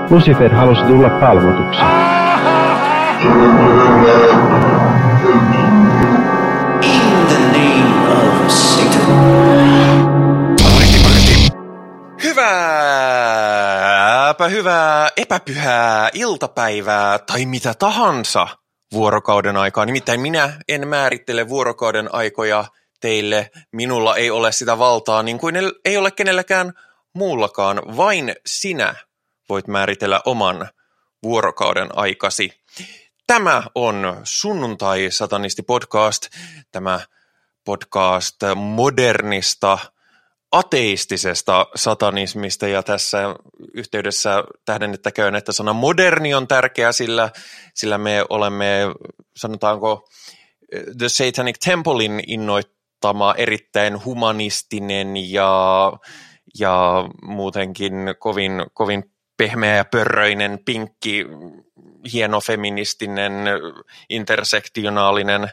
Lucifer halusi tulla palvotuksi. In the name of Satan. Hyvää epäpyhää iltapäivää tai mitä tahansa vuorokauden aikaa. Nimittäin minä en määrittele vuorokauden aikoja teille. Minulla ei ole sitä valtaa, niin kuin ei ole kenelläkään muullakaan. Vain sinä voit määritellä oman vuorokauden aikasi. Tämä on Sunnuntai-satanisti-podcast. Tämä podcast modernista, ateistisesta satanismista, ja tässä yhteydessä tähdennettäköön, että sana moderni on tärkeä, sillä me olemme, sanotaanko, The Satanic Templein innoittama erittäin humanistinen ja muutenkin kovin pehmeä ja pörröinen, pinkki, hieno feministinen, intersektionaalinen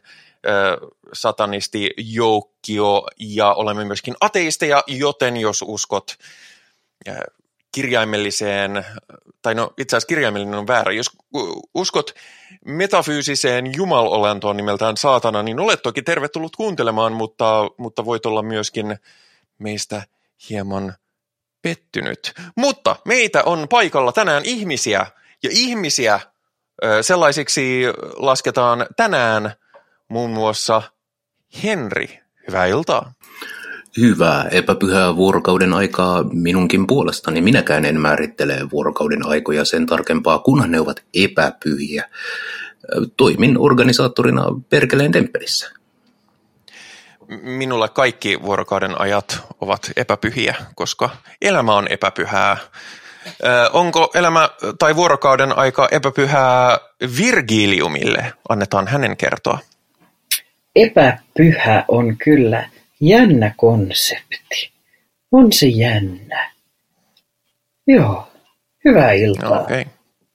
satanistijoukkio, ja olemme myöskin ateisteja, joten jos uskot kirjaimelliseen, tai no itse asiassa kirjaimellinen on väärä, jos uskot metafyysiseen jumalolentoon nimeltään saatana, niin olet toki tervetullut kuuntelemaan, mutta voit olla myöskin meistä hieman pettynyt. Mutta meitä on paikalla tänään ihmisiä, ja ihmisiä sellaisiksi lasketaan tänään muun muassa Henri. Hyvää iltaa. Hyvää epäpyhää vuorokauden aikaa minunkin puolestani. Minäkään en määrittele vuorokauden aikoja sen tarkempaa, kunhan ne ovat epäpyhiä. Toimin organisaattorina Perkeleen temppelissä. Minulla kaikki vuorokauden ajat ovat epäpyhiä, koska elämä on epäpyhää. Onko elämä tai vuorokauden aika epäpyhää Virgiliumille? Annetaan hänen kertoa. Epäpyhä on kyllä jännä konsepti. On se jännä. Joo, hyvää iltaa. Okay.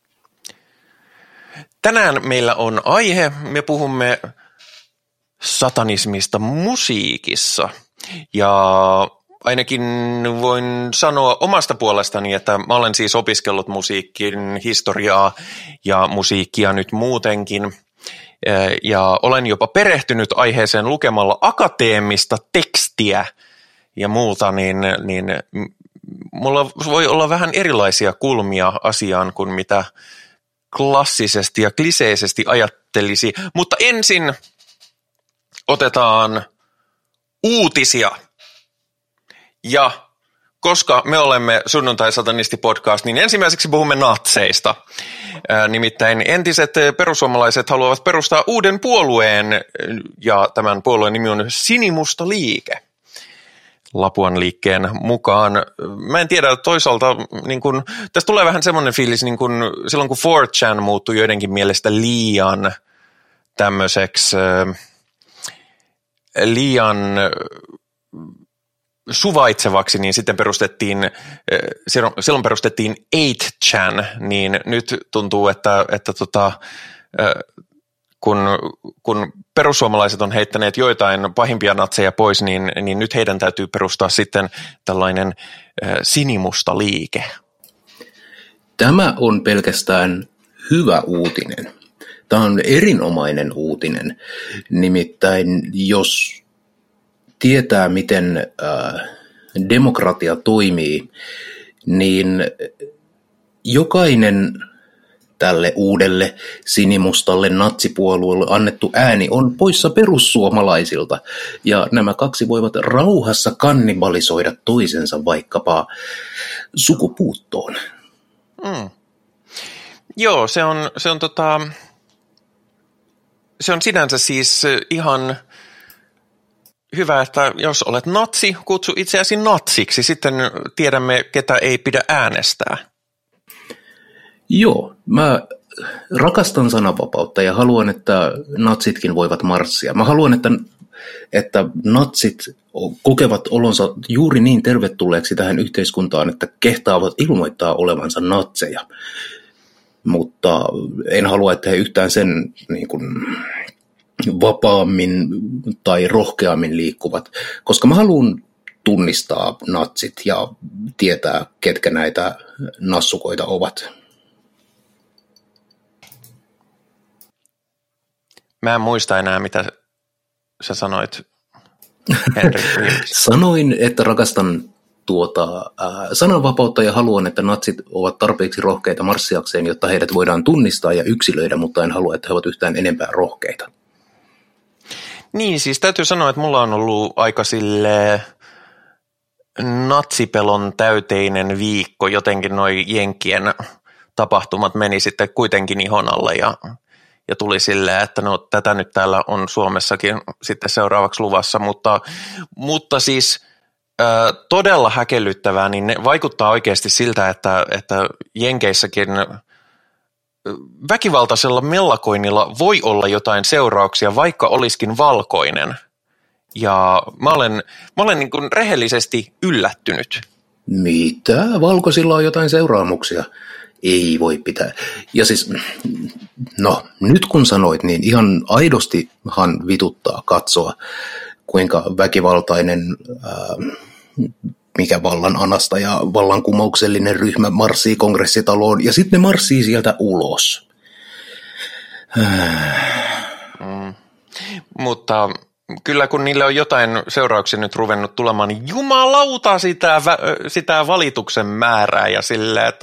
Tänään meillä on aihe. Me puhumme satanismista musiikissa. Ja ainakin voin sanoa omasta puolestani, että mä olen siis opiskellut musiikin historiaa ja musiikkia nyt muutenkin. Ja olen jopa perehtynyt aiheeseen lukemalla akateemista tekstiä ja muuta, niin mulla voi olla vähän erilaisia kulmia asiaan kuin mitä klassisesti ja kliseisesti ajattelisi. Mutta ensin otetaan uutisia. Ja koska me olemme Sunnuntai-satanisti-podcast, niin ensimmäiseksi puhumme natseista. Nimittäin entiset perussuomalaiset haluavat perustaa uuden puolueen, ja tämän puolueen nimi on Sinimusta liike. Lapuan liikkeen mukaan. Mä en tiedä, toisaalta niin kun, tässä tulee vähän semmoinen fiilis, niin kun, silloin kun 4chan muuttui joidenkin mielestä liian tämmöiseksi, liian suvaitsevaksi, niin sitten silloin perustettiin 8chan, niin nyt tuntuu, että kun perussuomalaiset on heittäneet joitain pahimpia natseja pois, niin nyt heidän täytyy perustaa sitten tällainen sinimusta liike. Tämä on pelkästään hyvä uutinen. Tämä on erinomainen uutinen. Nimittäin jos tietää, miten demokratia toimii, niin jokainen tälle uudelle sinimustalle natsipuolueelle annettu ääni on poissa perussuomalaisilta, ja nämä kaksi voivat rauhassa kannibalisoida toisensa vaikkapa sukupuuttoon. Joo, se on sinänsä siis ihan hyvä, että jos olet natsi, kutsu itseäsi natsiksi, sitten tiedämme, ketä ei pidä äänestää. Joo, mä rakastan sananvapautta ja haluan, että natsitkin voivat marssia. Mä haluan, että natsit kokevat olonsa juuri niin tervetulleeksi tähän yhteiskuntaan, että kehtaavat ilmoittaa olevansa natseja. Mutta en halua, että he yhtään sen niin kuin vapaammin tai rohkeammin liikkuvat, koska mä haluan tunnistaa natsit ja tietää, ketkä näitä nassukoita ovat. Mä en muista enää, mitä sä sanoit, Henrik. Sanoin, että rakastan sananvapautta ja haluan, että natsit ovat tarpeeksi rohkeita marssiakseen, jotta heidät voidaan tunnistaa ja yksilöidä, mutta en halua, että he ovat yhtään enempää rohkeita. Niin, siis täytyy sanoa, että mulla on ollut aika sille natsipelon täyteinen viikko. Jotenkin noi Jenkkien tapahtumat meni sitten kuitenkin ihon alle ja tuli silleen, että no tätä nyt täällä on Suomessakin sitten seuraavaksi luvassa, mutta siis todella häkellyttävää, niin ne vaikuttaa oikeasti siltä, että Jenkeissäkin väkivaltaisella mellakoinnilla voi olla jotain seurauksia, vaikka olisikin valkoinen. Ja mä olen niin kuin rehellisesti yllättynyt. Mitä? Valkoisilla on jotain seuraamuksia? Ei voi pitää. Ja siis, no nyt kun sanoit, niin ihan aidostihan vituttaa katsoa, kuinka väkivaltainen mikä vallan anasta ja vallankumouksellinen ryhmä marssii kongressitaloon ja sitten ne marssii sieltä ulos. Mutta kyllä kun niille on jotain seurauksia nyt ruvennut tulemaan, niin jumalauta sitä valituksen määrää ja sillä, että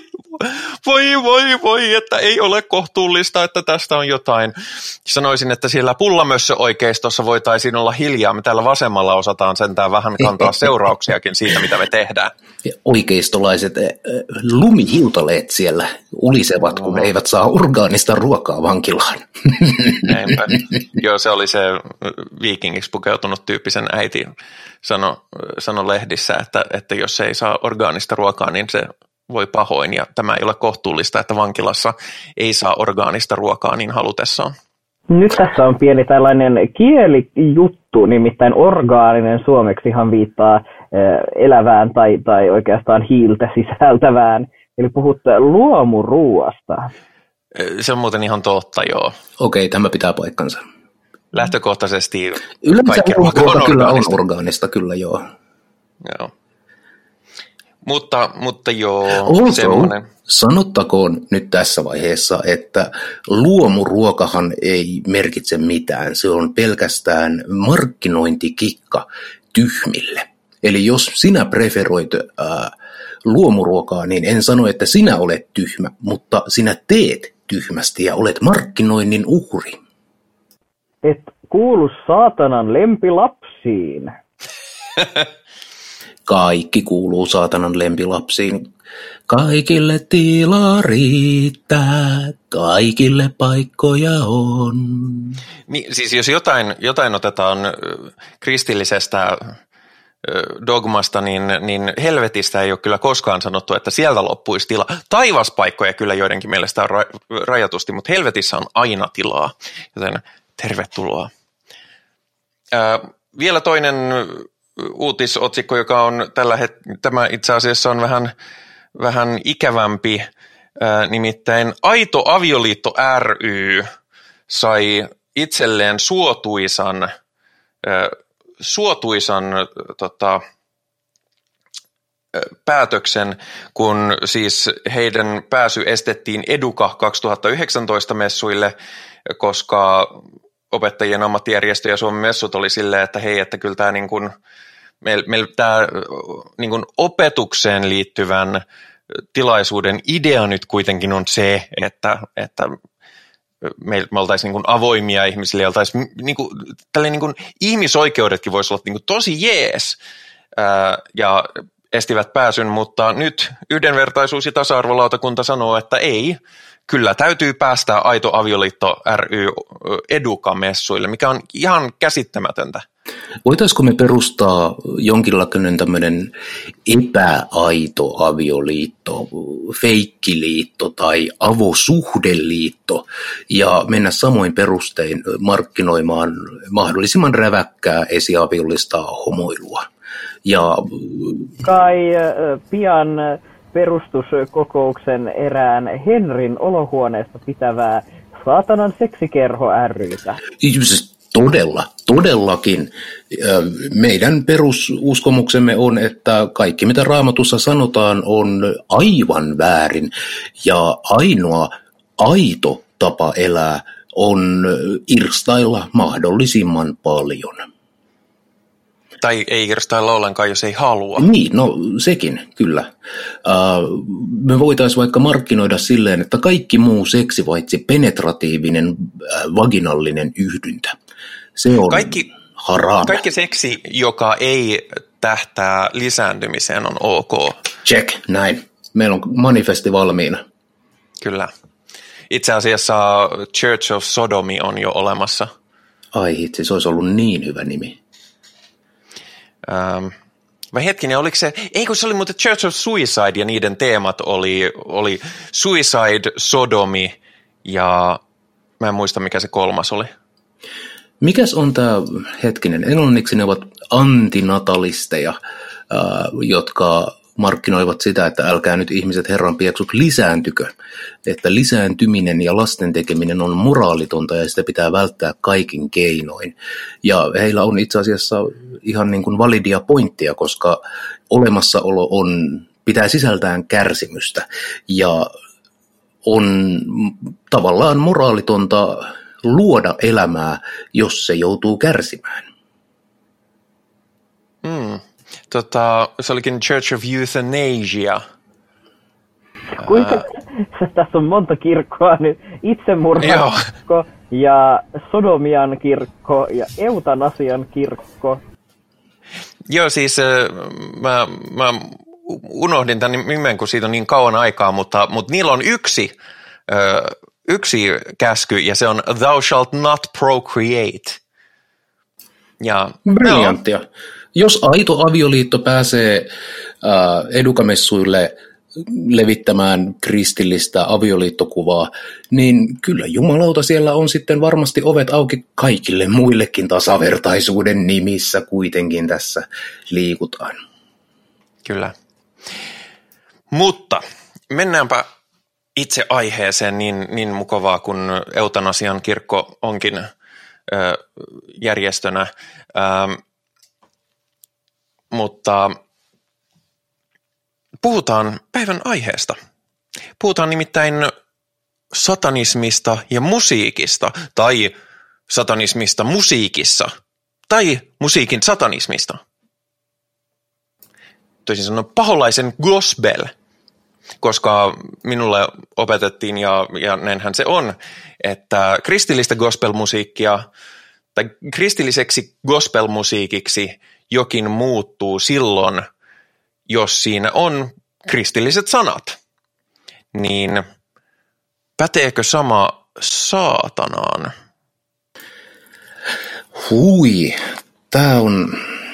voi, että ei ole kohtuullista, että tästä on jotain. Sanoisin, että siellä pullamössö-oikeistossa voitaisiin olla hiljaa. Me täällä vasemmalla osataan sentään vähän kantaa seurauksiakin siitä, mitä me tehdään. Ja oikeistolaiset lumihiutaleet siellä ulisevat, kun eivät saa orgaanista ruokaa vankilaan. Näinpä. Joo, se oli se viikingiksi pukeutunut tyyppisen äiti sano lehdissä, että jos ei saa orgaanista ruokaa, niin se voi pahoin, ja tämä ei ole kohtuullista, että vankilassa ei saa orgaanista ruokaa niin halutessaan. Nyt tässä on pieni tällainen kielijuttu, nimittäin orgaaninen suomeksihan viittaa elävään tai oikeastaan hiiltä sisältävään. Eli puhut luomuruuasta. Se on muuten ihan totta, joo. Okei, tämä pitää paikkansa. Lähtökohtaisesti yleensä kaikki ruoka on kyllä orgaanista. on orgaanista, kyllä joo. Joo. Mutta joo, semmoinen. Sanottakoon nyt tässä vaiheessa, että luomuruokahan ei merkitse mitään. Se on pelkästään markkinointikikka tyhmille. Eli jos sinä preferoit luomuruokaa, niin en sano, että sinä olet tyhmä, mutta sinä teet tyhmästi ja olet markkinoinnin uhri. Et kuulu saatanan lempilapsiin. Kaikki kuuluu saatanan lempilapsiin. Kaikille tilaa riittää, kaikille paikkoja on. Niin, siis jos jotain otetaan kristillisestä dogmasta, niin helvetistä ei ole kyllä koskaan sanottu, että sieltä loppuisi tila. Taivaspaikkoja kyllä joidenkin mielestä on rajatusti, mutta helvetissä on aina tilaa, joten tervetuloa. Vielä toinen uutisotsikko, joka on tämä itse asiassa on vähän ikävämpi, nimittäin Aito Avioliitto ry sai itselleen suotuisan päätöksen, kun siis heidän pääsy estettiin Educa 2019 messuille, koska opettajien ammattijärjestö ja Suomen messut oli silleen, että hei, että kyllä tämä meillä tämä niin kuin opetukseen liittyvän tilaisuuden idea nyt kuitenkin on se, että me oltaisiin niin kuin avoimia ihmisille, oltaisiin niin kuin ihmisoikeudetkin voisi olla niin kuin tosi jees ja estivät pääsyn, mutta nyt yhdenvertaisuus- ja tasa-arvolautakunta sanoo, että ei, kyllä täytyy päästä Aito Avioliitto ry Educa-messuille, mikä on ihan käsittämätöntä. Voitaisiko me perustaa jonkinlainen tämmöinen epäaito avioliitto, feikkiliitto tai avosuhdeliitto ja mennä samoin perustein markkinoimaan mahdollisimman räväkkää esiaviollista homoilua? Ja kai pian perustuskokouksen erään Henrin olohuoneesta pitävää saatanan seksikerho ry:tä. Todellakin. Meidän perususkomuksemme on, että kaikki mitä Raamatussa sanotaan on aivan väärin ja ainoa aito tapa elää on irstailla mahdollisimman paljon. Tai ei irstailla ollenkaan, jos ei halua. Niin, no sekin, kyllä. Me voitaisiin vaikka markkinoida silleen, että kaikki muu seksi paitsi penetratiivinen vaginallinen yhdyntä. Se on haram. Kaikki seksi, joka ei tähtää lisääntymiseen, on ok. Check, näin. Meillä on manifesti valmiina. Kyllä. Itse asiassa Church of Sodomy on jo olemassa. Ai hitsi, se olisi ollut niin hyvä nimi. Vai hetkinen, oliko se, ei kun se oli muuten Church of Suicide ja niiden teemat oli Suicide, Sodomy ja mä en muista mikä se kolmas oli. Mikäs on tämä, hetkinen, englanniksi ne ovat antinatalisteja, jotka markkinoivat sitä, että älkää nyt ihmiset herran pieksut lisääntykö, että lisääntyminen ja lasten tekeminen on moraalitonta ja sitä pitää välttää kaikin keinoin. Ja heillä on itse asiassa ihan niin kuin validia pointtia, koska olemassaolo pitää sisältään kärsimystä ja on tavallaan moraalitonta luoda elämää, jos se joutuu kärsimään. Se olikin Church of Euthanasia. Kuinka tässä on monta kirkkoa nyt? Itsemurhakirkko ja Sodomian kirkko ja eutanasian kirkko. Joo, siis mä unohdin tämän nimen, kun siitä on niin kauan aikaa, mutta niillä on yksi käsky, ja se on thou shalt not procreate. Briljanttia. Jos aito avioliitto pääsee edukamessuille levittämään kristillistä avioliittokuvaa, niin kyllä jumalauta siellä on sitten varmasti ovet auki kaikille muillekin tasavertaisuuden nimissä kuitenkin tässä liikutaan. Kyllä. Mutta mennäänpä itse aiheeseen niin mukavaa, kun eutanasian kirkko onkin järjestönä. Mutta puhutaan päivän aiheesta. Puhutaan nimittäin satanismista ja musiikista, tai satanismista musiikissa, tai musiikin satanismista. Toisin sanoen paholaisen gospel, koska minulle opetettiin, ja näinhän se on, että kristillistä gospelmusiikkia, tai kristilliseksi gospelmusiikiksi jokin muuttuu silloin, jos siinä on kristilliset sanat. Niin päteekö sama saatanaan? Hui, tää on...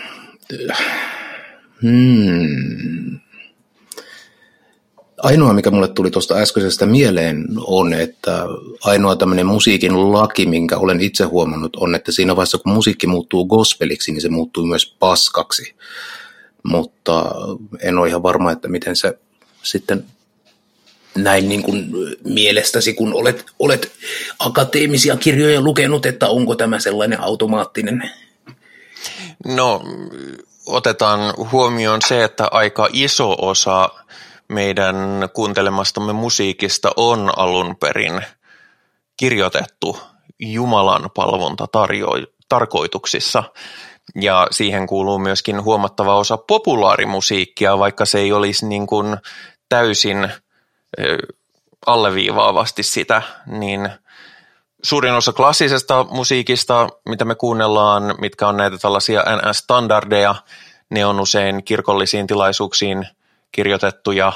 Ainoa, mikä mulle tuli tuosta äskeisestä mieleen, on, että ainoa tämmöinen musiikin laki, minkä olen itse huomannut, on, että siinä vaiheessa, kun musiikki muuttuu gospeliksi, niin se muuttuu myös paskaksi. Mutta en ole ihan varma, että miten se sitten näin niin kuin mielestäsi, kun olet akateemisia kirjoja lukenut, että onko tämä sellainen automaattinen? No, otetaan huomioon se, että aika iso osa meidän kuuntelemastamme musiikista on alun perin kirjoitettu Jumalan palvontatarkoituksissa, ja siihen kuuluu myöskin huomattava osa populaarimusiikkia, vaikka se ei olisi niin kuin täysin alleviivaavasti sitä, niin suurin osa klassisesta musiikista, mitä me kuunnellaan, mitkä on näitä tällaisia NS-standardeja, ne on usein kirkollisiin tilaisuuksiin kirjoitettuja,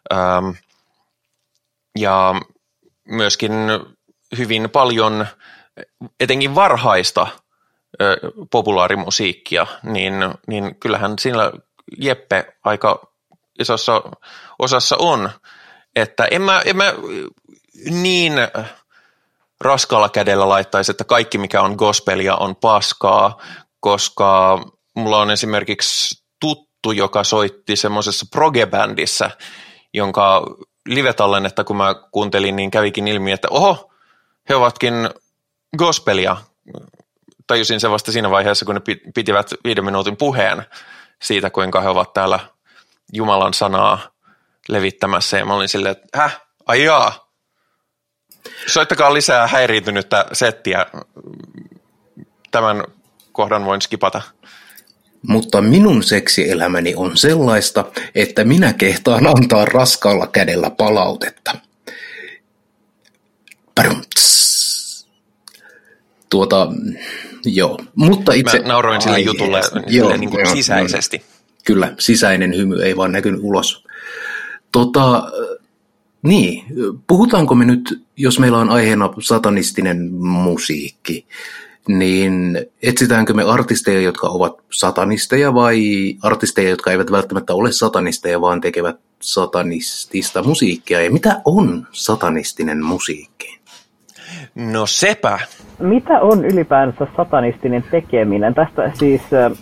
ja myöskin hyvin paljon etenkin varhaista populaarimusiikkia, niin kyllähän siinä Jeppe aika isossa osassa on, että en mä niin raskaalla kädellä laittaisi, että kaikki mikä on gospelia on paskaa, koska mulla on esimerkiksi tuttu, joka soitti semmoisessa progebändissä, jonka live-tallennetta kun mä kuuntelin, niin kävikin ilmi, että oho, he ovatkin gospelia. Tajusin se vasta siinä vaiheessa, kun ne pitivät 5 minuutin puheen siitä, kuinka he ovat täällä Jumalan sanaa levittämässä. Ja mä olin silleen, että ai jaa. Soittakaa lisää häiriintynyttä settiä. Tämän kohdan voin skipata. Mutta minun seksielämäni on sellaista, että minä kehtaan antaa raskaalla kädellä palautetta. Joo. Mutta itse... Mä nauroin sille jutulle niin kuin sisäisesti. Kyllä, sisäinen hymy ei vaan näkynyt ulos. Niin, puhutaanko me nyt, jos meillä on aiheena satanistinen musiikki, niin etsitäänkö me artisteja, jotka ovat satanisteja vai artisteja, jotka eivät välttämättä ole satanisteja, vaan tekevät satanistista musiikkia? Ja mitä on satanistinen musiikki? No sepä. Mitä on ylipäänsä satanistinen tekeminen? Tästä siis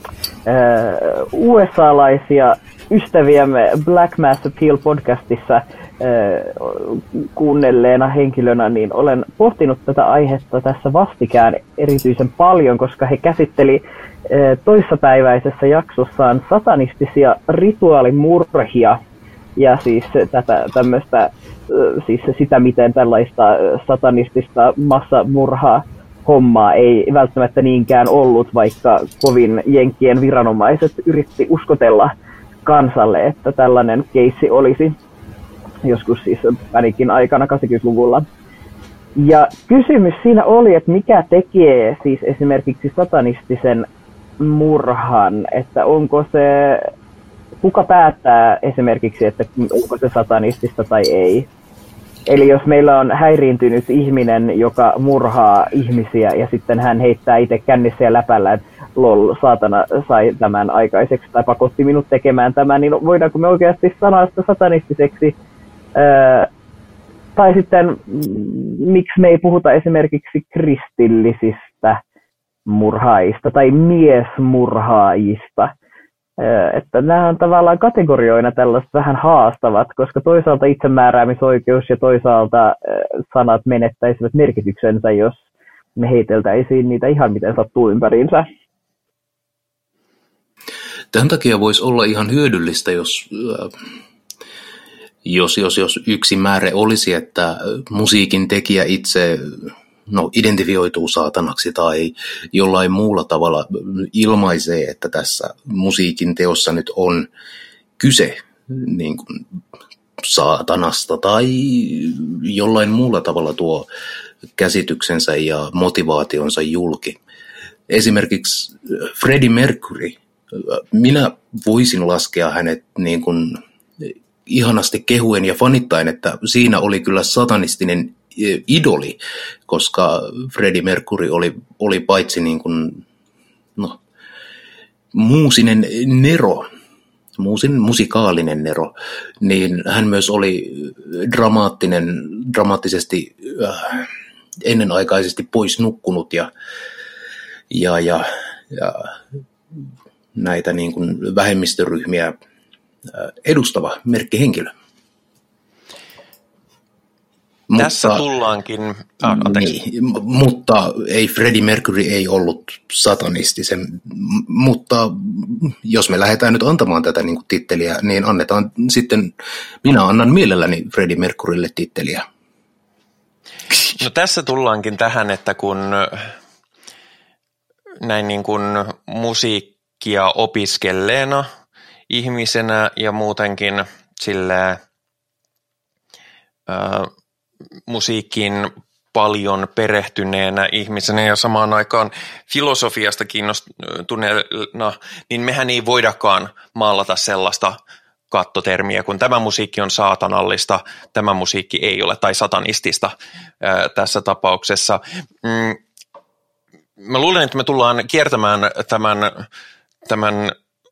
USA-laisia ystäviämme Black Mass Appeal podcastissa kuunnelleena henkilönä, niin olen pohtinut tätä aihetta tässä vastikään erityisen paljon, koska he käsitteli toissapäiväisessä jaksossaan satanistisia rituaalimurhia ja siis tämmöistä, siis sitä, miten tällaista satanistista massamurhaa hommaa ei välttämättä niinkään ollut, vaikka kovin jenkkien viranomaiset yritti uskotella kansalle, että tällainen keissi olisi joskus siis paniikin aikana 80-luvulla. Ja kysymys siinä oli, että mikä tekee siis esimerkiksi satanistisen murhan, että onko se, kuka päättää esimerkiksi, että onko se satanistista tai ei. Eli jos meillä on häiriintynyt ihminen, joka murhaa ihmisiä ja sitten hän heittää itse kännissä ja läpällä, että lol, saatana sai tämän aikaiseksi tai pakotti minut tekemään tämän, niin voidaanko me oikeasti sanoa sitä satanistiseksi? Tai sitten miksi me ei puhuta esimerkiksi kristillisistä murhaajista tai miesmurhaajista? Että nämä on tavallaan kategorioina tällaiset vähän haastavat, koska toisaalta itsemääräämisoikeus ja toisaalta sanat menettäisivät merkityksensä, jos me heiteltäisiin niitä ihan miten sattuu ympäriinsä. Tämän takia voisi olla ihan hyödyllistä, jos yksi määrä olisi, että musiikin tekijä itse identifioituu saatanaksi tai jollain muulla tavalla ilmaisee, että tässä musiikin teossa nyt on kyse niin kuin saatanasta tai jollain muulla tavalla tuo käsityksensä ja motivaationsa julki. Esimerkiksi Freddie Mercury, minä voisin laskea hänet niin kuin ihanasti kehuen ja fanittain, että siinä oli kyllä satanistinen idoli, koska Freddie Mercury oli paitsi niin kuin, muusinen nero, musikaalinen nero, niin hän myös oli dramaattisesti ennenaikaisesti pois nukkunut ja näitä niin kuin vähemmistöryhmiä edustava merkkihenkilö. Tässä tullaankin... Niin, mutta ei Freddie Mercury ei ollut satanistisen, mutta jos me lähdetään nyt antamaan tätä niin kuin titteliä, niin annetaan sitten, minä annan mielelläni Freddie Mercurylle titteliä. No tässä tullaankin tähän, että kun näin niin kuin musiikkia opiskelleena ihmisenä ja muutenkin silleen musiikkiin paljon perehtyneenä ihmisenä ja samaan aikaan filosofiasta kiinnostuneena, niin mehän ei voidakaan maalata sellaista kattotermiä, kun tämä musiikki on saatanallista, tämä musiikki ei ole, tai satanistista tässä tapauksessa. Mä luulen, että me tullaan kiertämään tämän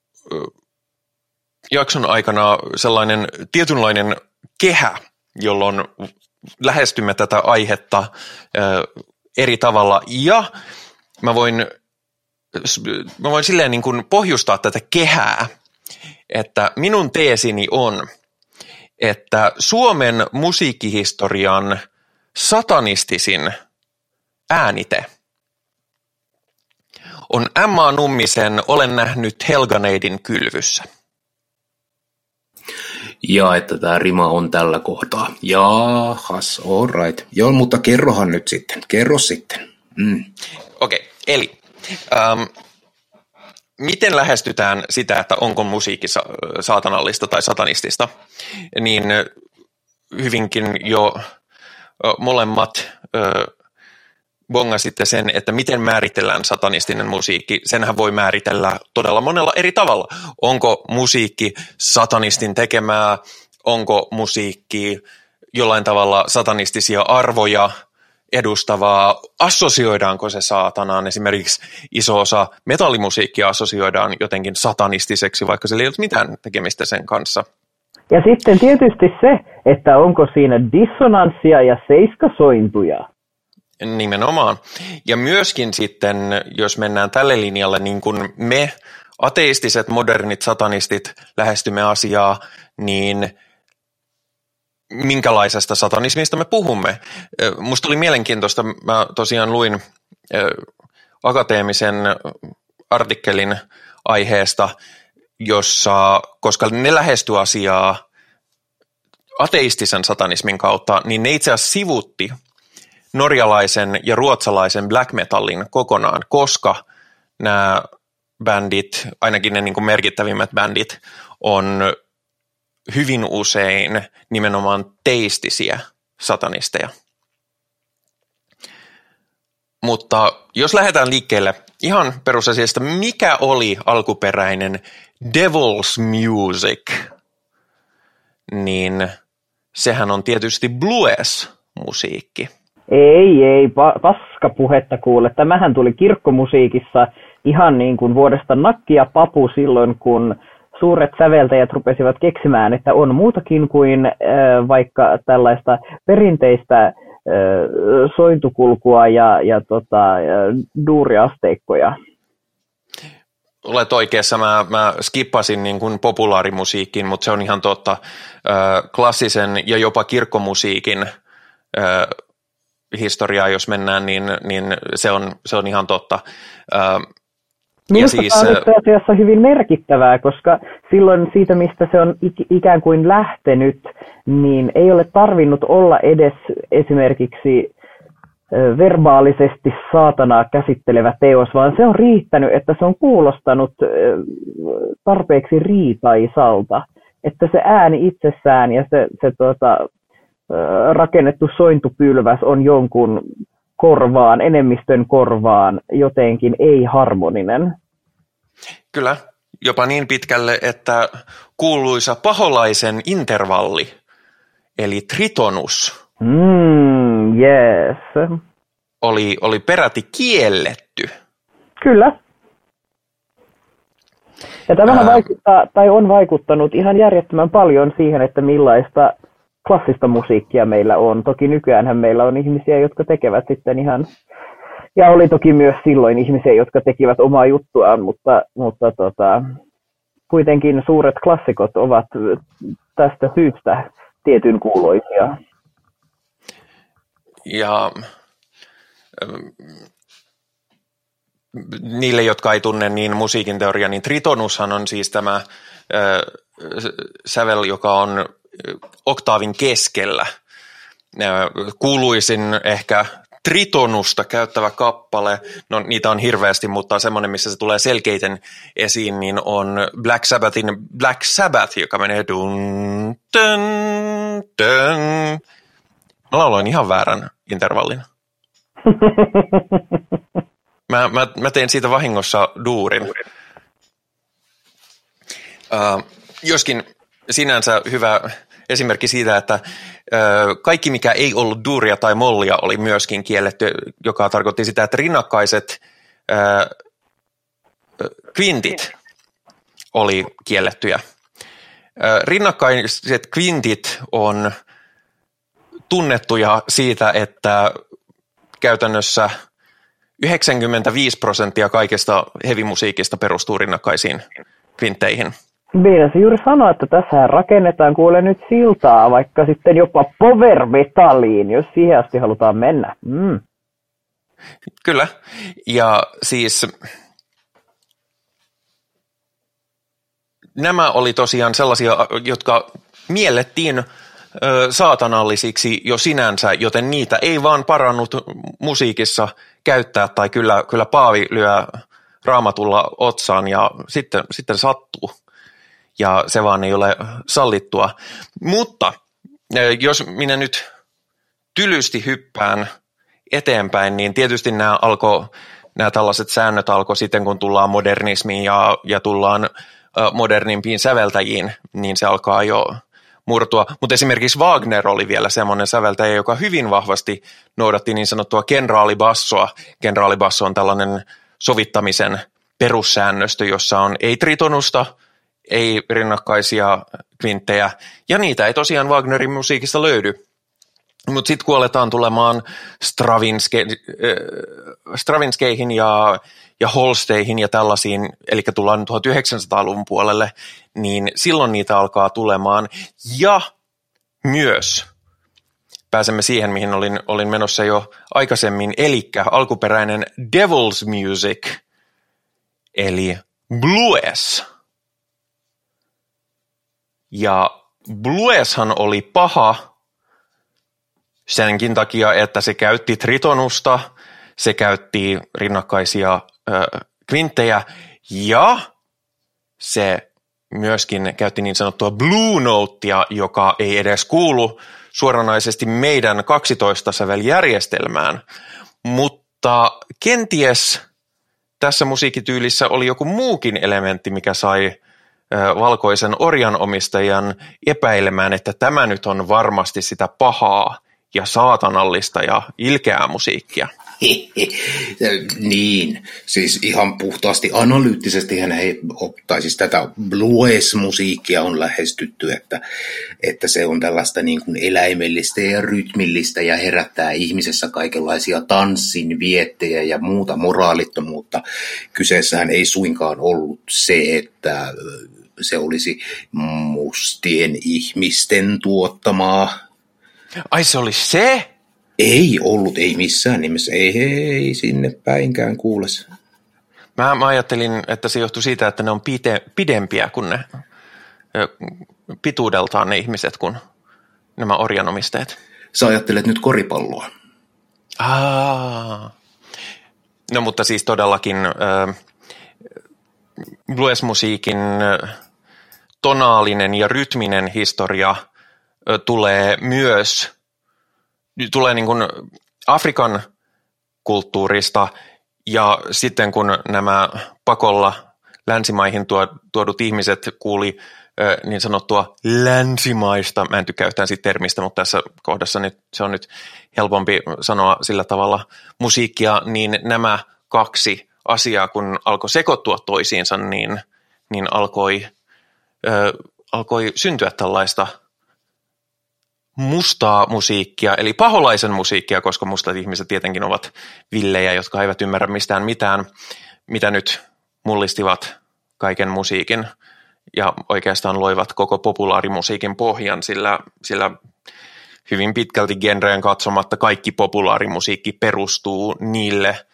jakson aikana sellainen tietynlainen kehä, jolloin lähestymme tätä aihetta eri tavalla, ja mä voin silleen niin kuin pohjustaa tätä kehää, että minun teesini on, että Suomen musiikkihistorian satanistisin äänite on Emma Nummisen Olen nähnyt Helganeidin kylvyssä. ja että tämä rima on tällä kohtaa. Jaahas, all right. Joo, mutta kerrohan nyt sitten. Kerro sitten. Okei, eli miten lähestytään sitä, että onko musiikki saatanallista tai satanistista, niin hyvinkin jo molemmat bongasitte sen, että miten määritellään satanistinen musiikki. Senhän voi määritellä todella monella eri tavalla. Onko musiikki satanistin tekemää, onko musiikki jollain tavalla satanistisia arvoja edustavaa, assosioidaanko se saatanaan, esimerkiksi iso osa metallimusiikkia assosioidaan jotenkin satanistiseksi, vaikka sillä ei ole mitään tekemistä sen kanssa. Ja sitten tietysti se, että onko siinä dissonanssia ja seiskasointuja. Nimenomaan. Ja myöskin sitten, jos mennään tälle linjalle, niin kuin me ateistiset, modernit satanistit lähestymme asiaa, niin minkälaisesta satanismista me puhumme. Musta oli mielenkiintoista, mä tosiaan luin akateemisen artikkelin aiheesta, jossa, koska ne lähestyy asiaa ateistisen satanismin kautta, niin ne itse asiassa sivutti norjalaisen ja ruotsalaisen black metallin kokonaan, koska nämä bändit, ainakin ne niin kuin merkittävimmät bändit, on hyvin usein nimenomaan teistisiä satanisteja. Mutta jos lähdetään liikkeelle ihan perusasiasta, mikä oli alkuperäinen Devil's Music, niin sehän on tietysti blues-musiikki. Ei, paskapuhetta kuule. Tämähän tuli kirkkomusiikissa ihan niin kuin vuodesta nakki ja papu silloin, kun suuret säveltäjät rupesivat keksimään, että on muutakin kuin vaikka tällaista perinteistä sointukulkua ja duuriasteikkoja. Olet oikeassa, mä skippasin niin kuin populaarimusiikin, mutta se on ihan totta. Klassisen ja jopa kirkkomusiikin historiaa, jos mennään, niin se on ihan totta. Minusta tämä on itse asiassa hyvin merkittävää, koska silloin siitä, mistä se on ikään kuin lähtenyt, niin ei ole tarvinnut olla edes esimerkiksi verbaalisesti saatanaa käsittelevä teos, vaan se on riittänyt, että se on kuulostanut tarpeeksi riitaisalta, että se ääni itsessään ja se rakennettu sointupylväs on jonkun korvaan, enemmistön korvaan jotenkin ei-harmoninen. Kyllä, jopa niin pitkälle, että kuuluisa paholaisen intervalli, eli tritonus, yes, oli peräti kielletty. Kyllä. Ja tämähän vaikuttaa, tai on vaikuttanut ihan järjettömän paljon siihen, että millaista klassista musiikkia meillä on. Toki nykyäänhän meillä on ihmisiä, jotka tekevät sitten ihan, ja oli toki myös silloin ihmisiä, jotka tekivät omaa juttuaan, mutta kuitenkin suuret klassikot ovat tästä syystä tietyn kuuloisia. Ja niille, jotka ei tunne niin musiikin teoria, niin tritonushan on siis tämä sävel, joka on oktaavin keskellä. Kuuluisin ehkä tritonusta käyttävä kappale, no niitä on hirveästi, mutta semmoinen, missä se tulee selkeiten esiin, niin on Black Sabbathin Black Sabbath, joka menee dun, dun, dun. Mä lauloin ihan väärän intervallin. Mä tein siitä vahingossa duurin. Joskin sinänsä hyvä esimerkki siitä, että kaikki mikä ei ollut duuria tai mollia oli myöskin kielletty, joka tarkoitti sitä, että rinnakkaiset kvintit oli kiellettyjä. Rinnakkaiset kvintit on tunnettuja siitä, että käytännössä 95% kaikesta heavy-musiikista perustuu rinnakkaisiin kvintteihin. Meinasin juuri sanoa, että tässä rakennetaan kuule nyt siltaa, vaikka sitten jopa power metalliin, jos siihen asti halutaan mennä. Kyllä, ja siis nämä oli tosiaan sellaisia, jotka miellettiin saatanallisiksi jo sinänsä, joten niitä ei vaan parannut musiikissa käyttää, tai kyllä Paavi lyö Raamatulla otsaan ja sitten sattuu, ja se vaan ei ole sallittua. Mutta jos minä nyt tylysti hyppään eteenpäin, niin tietysti nämä tällaiset säännöt alkoi sitten, kun tullaan modernismiin ja tullaan modernimpiin säveltäjiin, niin se alkaa jo murtua. Mutta esimerkiksi Wagner oli vielä semmoinen säveltäjä, joka hyvin vahvasti noudatti niin sanottua kenraalibassoa. Kenraalibasso on tällainen sovittamisen perussäännöstö, jossa on ei tritonusta, ei rinnakkaisia kvinttejä, ja niitä ei tosiaan Wagnerin musiikista löydy. Mutta sitten kun aletaan tulemaan Stravinskeihin ja Holsteihin ja tällaisiin, eli tullaan 1900-luvun puolelle, niin silloin niitä alkaa tulemaan. Ja myös pääsemme siihen, mihin olin menossa jo aikaisemmin, eli alkuperäinen devil's music, eli blues. Ja blueshan oli paha senkin takia, että se käytti tritonusta, se käytti rinnakkaisia kvinttejä ja se myöskin käytti niin sanottua blue notea, joka ei edes kuulu suoranaisesti meidän 12-säveljärjestelmään, mutta kenties tässä musiikkityylissä oli joku muukin elementti, mikä sai valkoisen orjanomistajan epäilemään, että tämä nyt on varmasti sitä pahaa ja saatanallista ja ilkeää musiikkia. Niin, siis ihan puhtaasti analyyttisesti tai siis tätä blues-musiikkia on lähestytty, että se on tällaista niin kuin eläimellistä ja rytmillistä ja herättää ihmisessä kaikenlaisia tanssin viettejä ja muuta moraalittomuutta. Kyseessähän ei suinkaan ollut se, että se olisi mustien ihmisten tuottamaa. Ai se oli se? Ei ollut, ei missään nimessä, ei sinne päinkään kuules. Mä ajattelin, että se johtui siitä, että ne on pidempiä kuin ne pituudeltaan ne ihmiset kuin nämä orjanomistajat. Sä ajattelet nyt koripalloa. No mutta siis todellakin blues-musiikin tonaalinen ja rytminen historia tulee niin kuin Afrikan kulttuurista, ja sitten kun nämä pakolla länsimaihin tuodut ihmiset kuuli niin sanottua länsimaista, mä en tykkää yhtään siitä termistä, mutta tässä kohdassa nyt, se on nyt helpompi sanoa sillä tavalla musiikkia, niin nämä kaksi asiaa, kun alkoi sekoittua toisiinsa, niin alkoi syntyä tällaista mustaa musiikkia, eli paholaisen musiikkia, koska mustat ihmiset tietenkin ovat villejä, jotka eivät ymmärrä mistään mitään, mitä nyt mullistivat kaiken musiikin ja oikeastaan loivat koko populaarimusiikin pohjan, sillä hyvin pitkälti genreen katsomatta kaikki populaarimusiikki perustuu niille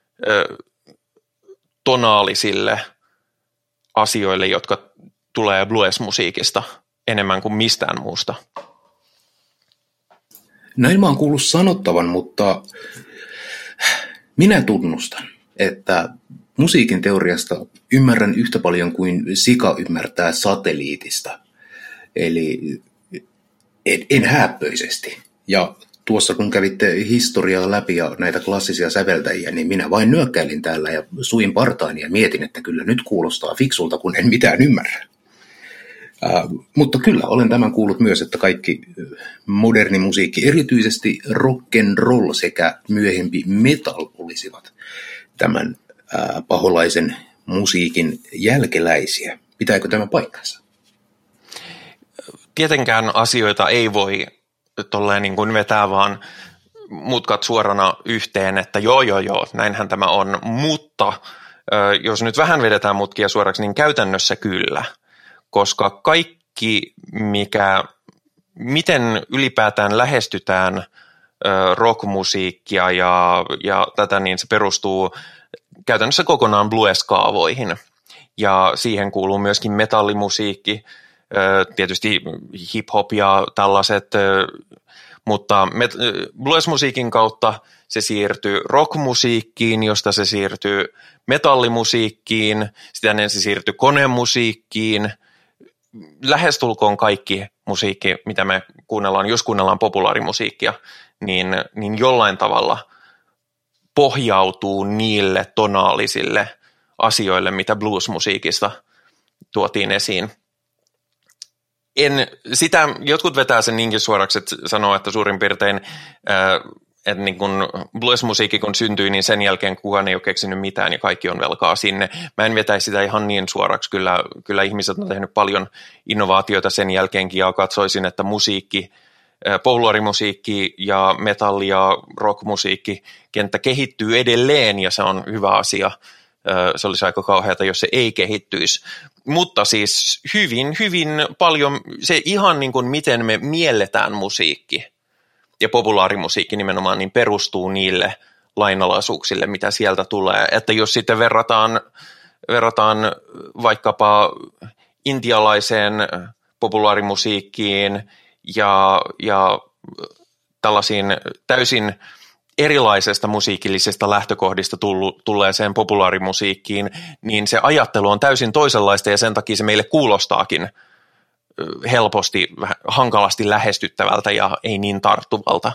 tonaalisille asioille, jotka tulee blues-musiikista enemmän kuin mistään muusta. Näin mä oon kuullut sanottavan, mutta minä tunnustan, että musiikin teoriasta ymmärrän yhtä paljon kuin sika ymmärtää satelliitista. Eli en hääppöisesti. Ja tuossa kun kävitte historiaa läpi ja näitä klassisia säveltäjiä, niin minä vain nyökkäilin täällä ja suin partaani ja mietin, että kyllä nyt kuulostaa fiksulta, kun en mitään ymmärrä. Mutta kyllä, olen tämän kuullut myös, että kaikki moderni musiikki, erityisesti rock'n'roll sekä myöhempi metal olisivat tämän paholaisen musiikin jälkeläisiä. Pitääkö tämä paikkansa? Tietenkään asioita ei voi tolleen niin kuin vetää vaan mutkat suorana yhteen, että joo, näinhän tämä on, mutta jos nyt vähän vedetään mutkia suoraksi, niin käytännössä kyllä. Koska kaikki, miten ylipäätään lähestytään rockmusiikkia ja tätä, niin se perustuu käytännössä kokonaan blues-kaavoihin. Ja siihen kuuluu myöskin metallimusiikki, tietysti hip-hop ja tällaiset, mutta blues-musiikin kautta se siirtyy rockmusiikkiin, josta se siirtyy metallimusiikkiin, sitä ennen se siirtyy konemusiikkiin, lähestulkoon kaikki musiikki, mitä me kuunnellaan, jos kuunnellaan populaarimusiikkia, niin jollain tavalla pohjautuu niille tonaalisille asioille, mitä blues-musiikista tuotiin esiin. Jotkut vetää sen niinkin suoraksi, että sanoo, että suurin piirtein että niin kun blues-musiikki kun syntyi, niin sen jälkeen kukaan ei ole keksinyt mitään ja kaikki on velkaa sinne. Mä en vetäisi sitä ihan niin suoraksi. Kyllä ihmiset on tehnyt paljon innovaatioita sen jälkeenkin ja katsoisin, että musiikki, populaarimusiikki ja metalli- ja rockmusiikki kenttä kehittyy edelleen ja se on hyvä asia. Se olisi aika kauheata, jos se ei kehittyisi. Mutta siis hyvin, hyvin paljon se ihan niin kuin miten me mielletään musiikki ja populaarimusiikki nimenomaan niin perustuu niille lainalaisuuksille, mitä sieltä tulee. Että jos sitten verrataan vaikkapa intialaiseen populaarimusiikkiin ja tällaisiin täysin erilaisesta musiikillisesta lähtökohdista tulleeseen populaarimusiikkiin, niin se ajattelu on täysin toisenlaista ja sen takia se meille kuulostaakin helposti, hankalasti lähestyttävältä ja ei niin tarttuvalta.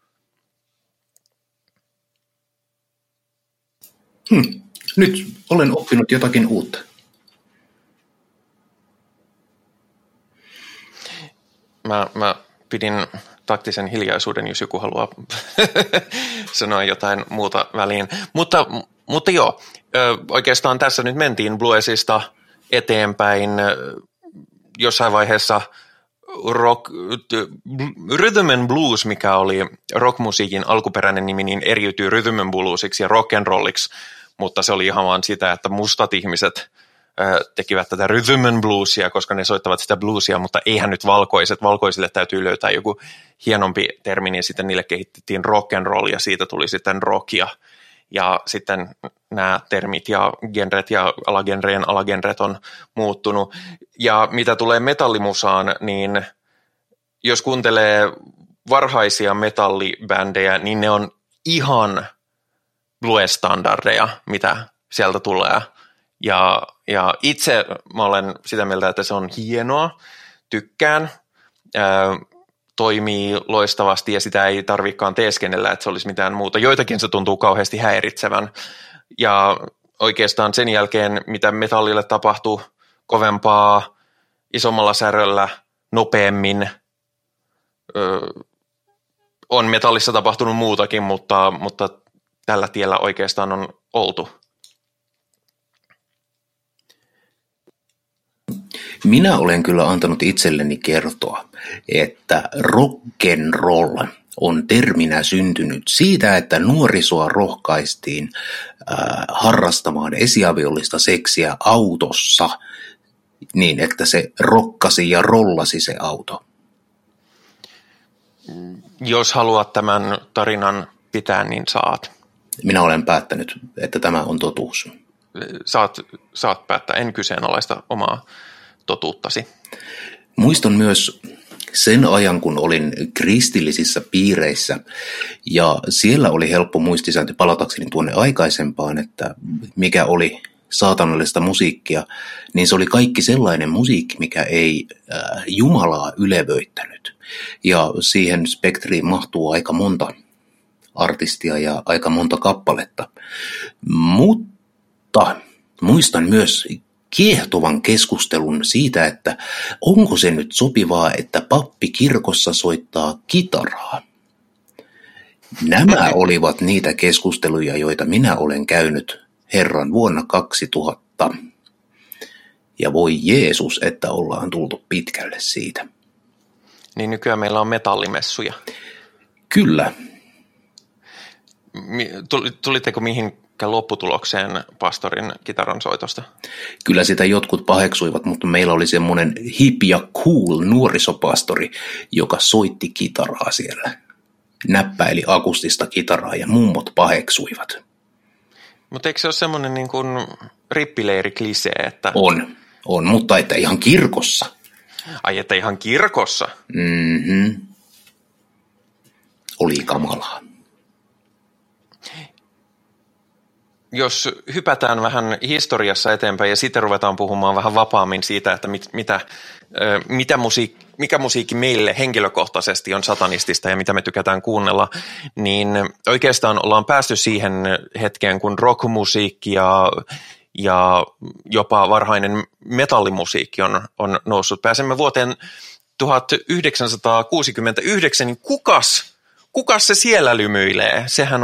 Nyt olen oppinut jotakin uutta. Mä pidin taktisen hiljaisuuden, jos joku haluaa sanoa jotain muuta väliin. Mutta joo, oikeastaan tässä nyt mentiin bluesista eteenpäin. Jossain vaiheessa rhythm and blues, mikä oli rockmusiikin alkuperäinen nimi, niin eriytyi rhythm and bluesiksi ja rock and rolliksi, mutta se oli ihan vaan sitä, että mustat ihmiset tekivät tätä rhythm and bluesia, koska ne soittavat sitä bluesia, mutta eihän nyt valkoiset. Valkoisille täytyy löytää joku hienompi termi, niin sitten niille kehitettiin rock and roll ja siitä tuli sitten rockia. Ja sitten nämä termit ja genret ja alagenret on muuttunut. Ja mitä tulee metallimusaan, niin jos kuuntelee varhaisia metallibändejä, niin ne on ihan blues-standardeja, mitä sieltä tulee. Ja itse mä olen sitä mieltä, että se on hienoa, tykkään, toimii loistavasti ja sitä ei tarvitsekaan teeskennellä, että se olisi mitään muuta. Joitakin se tuntuu kauheasti häiritsevän. Ja oikeastaan sen jälkeen, mitä metallille tapahtui kovempaa, isommalla säröllä, nopeammin, on metallissa tapahtunut muutakin, mutta tällä tiellä oikeastaan on oltu. Minä olen kyllä antanut itselleni kertoa, että rock'n'roll on terminä syntynyt siitä, että nuorisoa rohkaistiin harrastamaan esiaviollista seksiä autossa niin, että se rokkasi ja rollasi se auto. Jos haluat tämän tarinan pitää, niin saat. Minä olen päättänyt, että tämä on totuus. Saat päättää, en kyseenalaista omaa totuuttasi. Muistan myös sen ajan, kun olin kristillisissä piireissä ja siellä oli helppo muistisääntö palatakseni tuonne aikaisempaan, että mikä oli saatanallista musiikkia, niin se oli kaikki sellainen musiikki, mikä ei Jumalaa ylevöittänyt. Ja siihen spektriin mahtuu aika monta artistia ja aika monta kappaletta. Mutta muistan myös kiehtovan keskustelun siitä, että onko se nyt sopivaa, että pappi kirkossa soittaa kitaraa. Nämä olivat niitä keskusteluja, joita minä olen käynyt Herran vuonna 2000. Ja voi Jeesus, että ollaan tultu pitkälle siitä. Niin nykyään meillä on metallimessuja. Kyllä. Tulitteko mihinkään lopputulokseen pastorin kitaran soitosta? Kyllä sitä jotkut paheksuivat, mutta meillä oli semmoinen hip ja cool nuorisopastori, joka soitti kitaraa siellä. Näppäili akustista kitaraa ja mummot paheksuivat. Mutta eikö se ole semmoinen niin kuin rippileiri-klisee? Että... On, mutta että ihan kirkossa. Ai, että ihan kirkossa? Mm-hmm. Oli kamalaa. Jos hypätään vähän historiassa eteenpäin ja sitten ruvetaan puhumaan vähän vapaammin siitä, että mikä musiikki meille henkilökohtaisesti on satanistista ja mitä me tykätään kuunnella, niin oikeastaan ollaan päästy siihen hetkeen, kun rockmusiikki ja jopa varhainen metallimusiikki on noussut. Pääsemme vuoteen 1969, niin kukas se siellä lymyilee?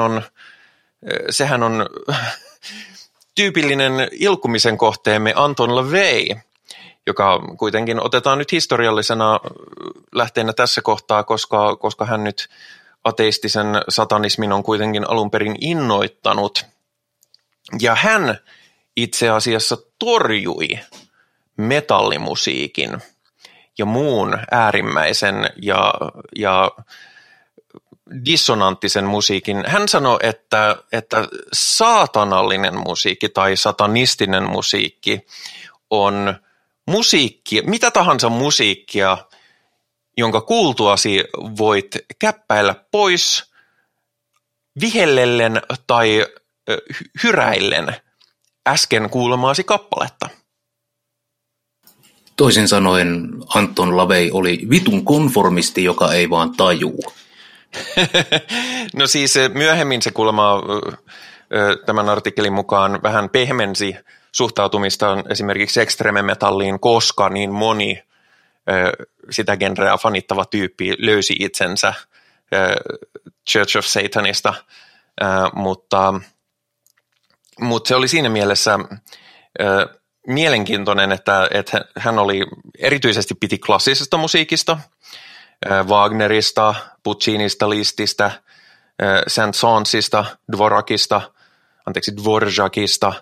Sehän on tyypillinen ilkkumisen kohteemme Anton LaVey, joka kuitenkin otetaan nyt historiallisena lähteenä tässä kohtaa, koska hän nyt ateistisen satanismin on kuitenkin alun perin innoittanut. Ja hän itse asiassa torjui metallimusiikin ja muun äärimmäisen ja dissonanttisen musiikin. Hän sanoi, että saatanallinen musiikki tai satanistinen musiikki on musiikki, mitä tahansa musiikkia, jonka kuultuasi voit käppäillä pois vihellellen tai hyräillen äsken kuulemaasi kappaletta. Toisin sanoen Anton LaVey oli vitun konformisti, joka ei vaan tajuu. No siis myöhemmin se kuulemma tämän artikkelin mukaan vähän pehmensi suhtautumistaan esimerkiksi extreme-metalliin, koska niin moni sitä genreä fanittava tyyppi löysi itsensä Church of Satanista, mutta se oli siinä mielessä mielenkiintoinen, että hän oli erityisesti piti klassisesta musiikista, Wagnerista, Puccinista, Lisztistä, Saint-Saënsista, Dvorakista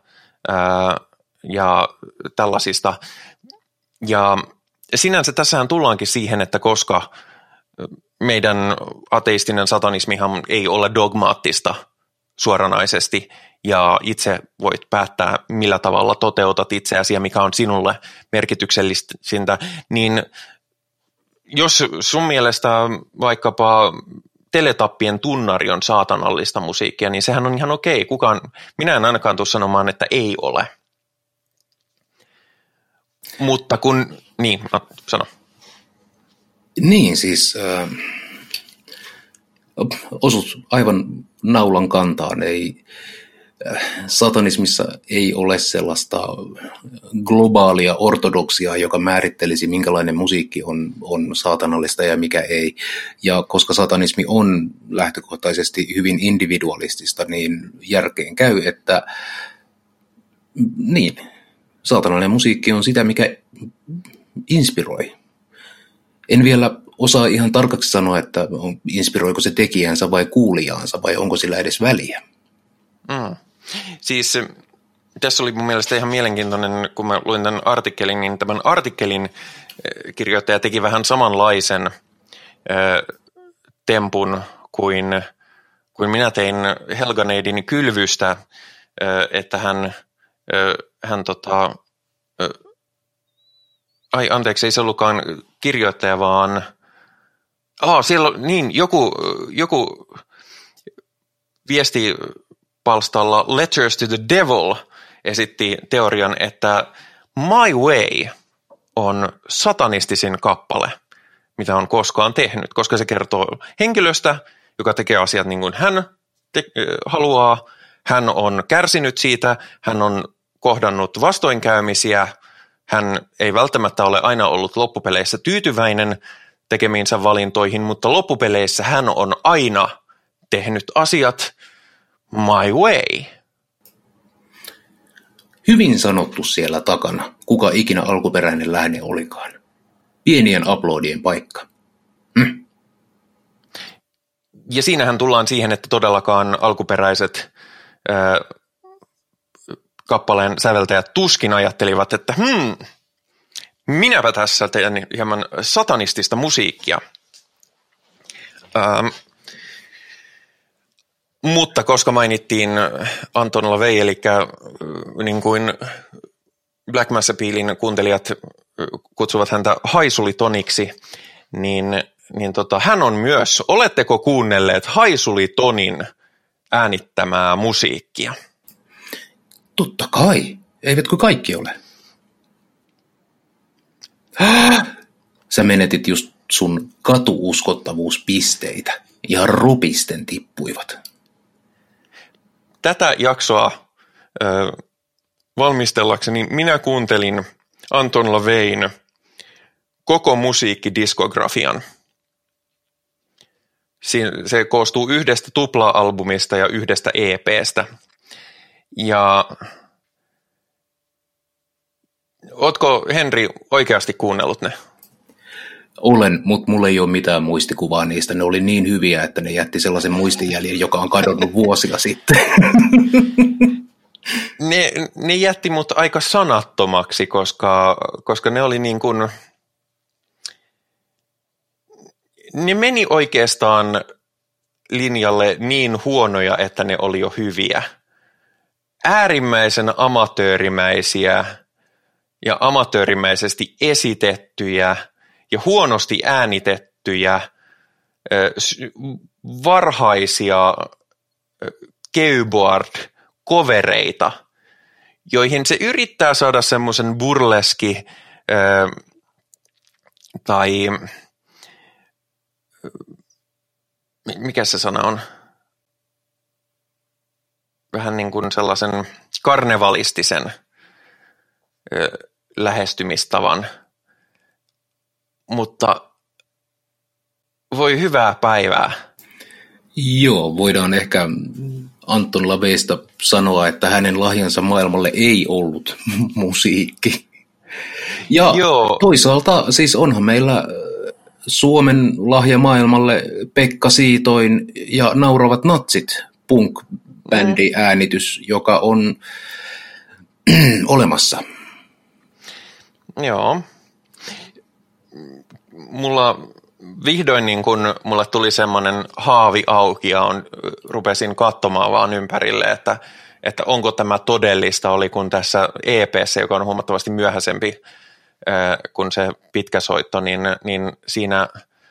ja tällaisista. Ja sinänsä tässähän tullaankin siihen, että koska meidän ateistinen satanismihan ei ole dogmaattista suoranaisesti ja itse voit päättää, millä tavalla toteutat itseäsi ja mikä on sinulle merkityksellisintä, niin jos sun mielestä vaikkapa Teletappien tunnari on saatanallista musiikkia, niin sehän on ihan okei. Minä en ainakaan tule sanomaan, että ei ole. Mutta sano. Niin, siis osut aivan naulan kantaan. Satanismissa ei ole sellaista globaalia ortodoksia, joka määrittelisi, minkälainen musiikki on saatanallista ja mikä ei. Ja koska satanismi on lähtökohtaisesti hyvin individualistista, niin järkeen käy, että niin, saatanallinen musiikki on sitä, mikä inspiroi. En vielä osaa ihan tarkaksi sanoa, että inspiroiko se tekijänsä vai kuulijaansa vai onko sillä edes väliä. Siis tässä oli mun mielestä ihan mielenkiintoinen, kun mä luin tämän artikkelin, niin tämän artikkelin kirjoittaja teki vähän samanlaisen tempun kuin minä tein Helganeidin kylvystä, että hän anteeksi, ei se ollutkaan kirjoittaja, vaan siellä niin joku viesti palstalla Letters to the Devil esitti teorian, että My Way on satanistisin kappale, mitä on koskaan tehnyt, koska se kertoo henkilöstä, joka tekee asiat niin kuin hän haluaa, hän on kärsinyt siitä, hän on kohdannut vastoinkäymisiä, hän ei välttämättä ole aina ollut loppupeleissä tyytyväinen tekemiinsä valintoihin, mutta loppupeleissä hän on aina tehnyt asiat My way. Hyvin sanottu siellä takana, kuka ikinä alkuperäinen lähde olikaan. Pienien aplodien paikka. Ja siinähän tullaan siihen, että todellakaan alkuperäiset kappaleen säveltäjät tuskin ajattelivat, että minäpä tässä teen hieman satanistista musiikkia. Mutta koska mainittiin Anton LaVey, eli niin kuin Black Mass Appealin kuuntelijat kutsuvat häntä Haisuli-Toniksi, niin hän on myös, oletteko kuunnelleet Haisuli-Tonin äänittämää musiikkia? Totta kai, eivätkö kaikki ole? Sä menetit just sun katuuskottavuuspisteitä ja rupisten tippuivat. Tätä jaksoa valmistellakseni minä kuuntelin Anton LaVeyn koko musiikkidiskografian. Se koostuu yhdestä tupla-albumista ja yhdestä EP:stä. Ja ootko, Henri, oikeasti kuunnellut ne? Olen, mutta mulla ei ole mitään muistikuvaa niistä. Ne oli niin hyviä, että ne jätti sellaisen muistijäljen, joka on kadonnut vuosia sitten. Ne jätti mut aika sanattomaksi, koska ne oli niin kuin, ne meni oikeastaan linjalle niin huonoja, että ne oli jo hyviä. Äärimmäisen amatöörimäisiä ja amatöörimäisesti esitettyjä ja huonosti äänitettyjä varhaisia keyboard-kovereita, joihin se yrittää saada semmoisen burleski tai mikä se sana on? Vähän niin kuin sellaisen karnevalistisen lähestymistavan. Mutta voi hyvää päivää. Joo, voidaan ehkä Anton LaVeysta sanoa, että hänen lahjansa maailmalle ei ollut musiikki. Ja Joo. Toisaalta siis onhan meillä Suomen lahja maailmalle Pekka Siitoin ja Nauravat natsit punk-bändi äänitys, joka on olemassa. Joo. Mulla vihdoin niin kun mulle tuli semmoinen haavi auki ja rupesin katsomaan vaan ympärille, että onko tämä todellista, oli kun tässä EP:ssä, joka on huomattavasti myöhäisempi kuin se pitkä soitto, niin siinä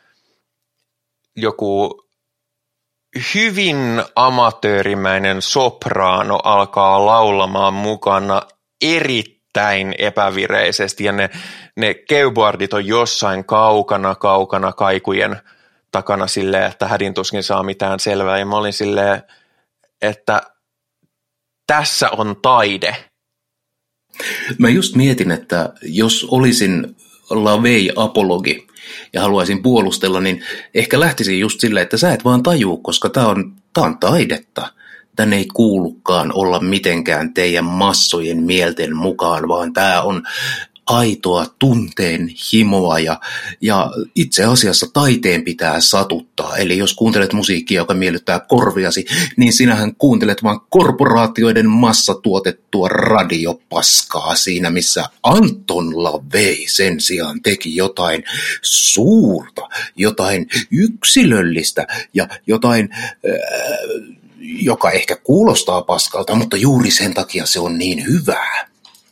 joku hyvin amatöörimäinen sopraano alkaa laulamaan mukana erittäin epävireisesti ja ne keyboardit on jossain kaukana kaikujen takana silleen, että hädintuskin saa mitään selvää ja mä olin silleen, että tässä on taide. Mä just mietin, että jos olisin LaVey-apologi ja haluaisin puolustella, niin ehkä lähtisin just silleen, että sä et vaan tajuu, koska tää on taidetta. Tänne ei kuulukaan olla mitenkään teidän massojen mielten mukaan, vaan tää on aitoa tunteen himoa ja itse asiassa taiteen pitää satuttaa. Eli jos kuuntelet musiikkia, joka miellyttää korviasi, niin sinähän kuuntelet vaan korporaatioiden massatuotettua radiopaskaa siinä, missä Anton LaVey sen sijaan teki jotain suurta, jotain yksilöllistä ja jotain joka ehkä kuulostaa paskalta, mutta juuri sen takia se on niin hyvää.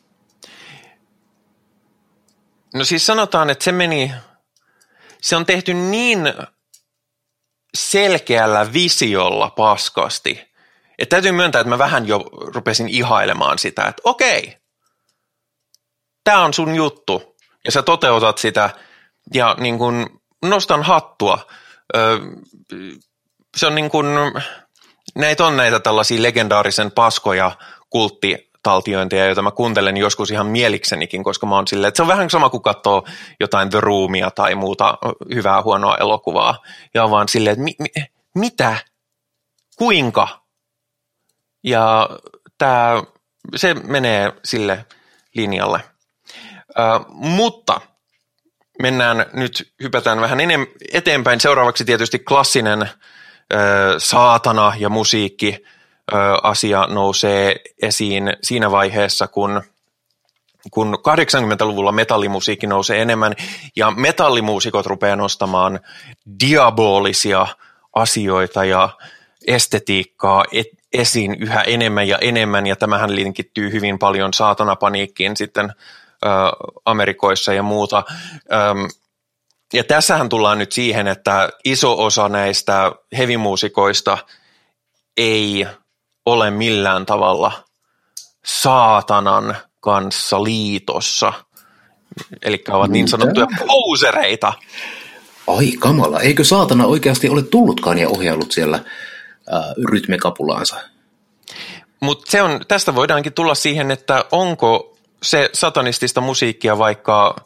No siis sanotaan, että se on tehty niin selkeällä visiolla paskasti, että täytyy myöntää, että mä vähän jo rupesin ihailemaan sitä, että okei, tää on sun juttu ja sä toteutat sitä ja niin kun nostan hattua. Se on niin kuin, näitä on näitä tällaisia legendaarisen paskoja kulttitaltiointeja, joita mä kuuntelen joskus ihan mieliksenikin, koska mä oon silleen, että se on vähän sama kuin katsoo jotain The Roomia tai muuta hyvää huonoa elokuvaa. Ja on vaan silleen, että mitä? Kuinka? Ja se menee sille linjalle. Mutta hypätään vähän eteenpäin. Seuraavaksi tietysti klassinen saatana ja musiikki asia nousee esiin siinä vaiheessa, kun 80-luvulla metallimusiikki nousee enemmän ja metallimuusikot rupeaa nostamaan diabolisia asioita ja estetiikkaa esiin yhä enemmän ja enemmän, ja tämähän linkittyy hyvin paljon saatanapaniikkiin sitten Amerikoissa ja muuta. Ja tässähän tullaan nyt siihen, että iso osa näistä heavy-muusikoista ei ole millään tavalla saatanan kanssa liitossa, eli ovat niin sanottuja posereita. Ai kamala, eikö saatana oikeasti ole tullutkaan ja ohjaillut siellä rytmikapulaansa? Mutta tästä voidaankin tulla siihen, että onko se satanistista musiikkia, vaikka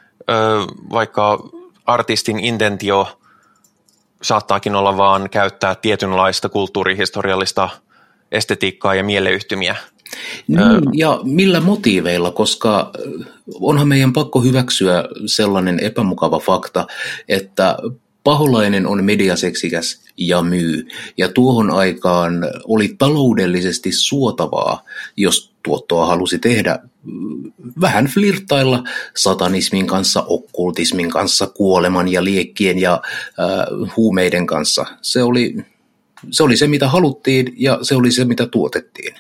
artistin intentio saattaakin olla vaan käyttää tietynlaista kulttuurihistoriallista estetiikkaa ja mieleyhtymiä. Niin, ja millä motiiveilla, koska onhan meidän pakko hyväksyä sellainen epämukava fakta, että paholainen on mediaseksikäs ja myy. Ja tuohon aikaan oli taloudellisesti suotavaa, jos tuottoa halusi tehdä, vähän flirttailla satanismin kanssa, okkultismin kanssa, kuoleman ja liekkien ja huumeiden kanssa. Se oli se, mitä haluttiin, ja se oli se, mitä tuotettiin.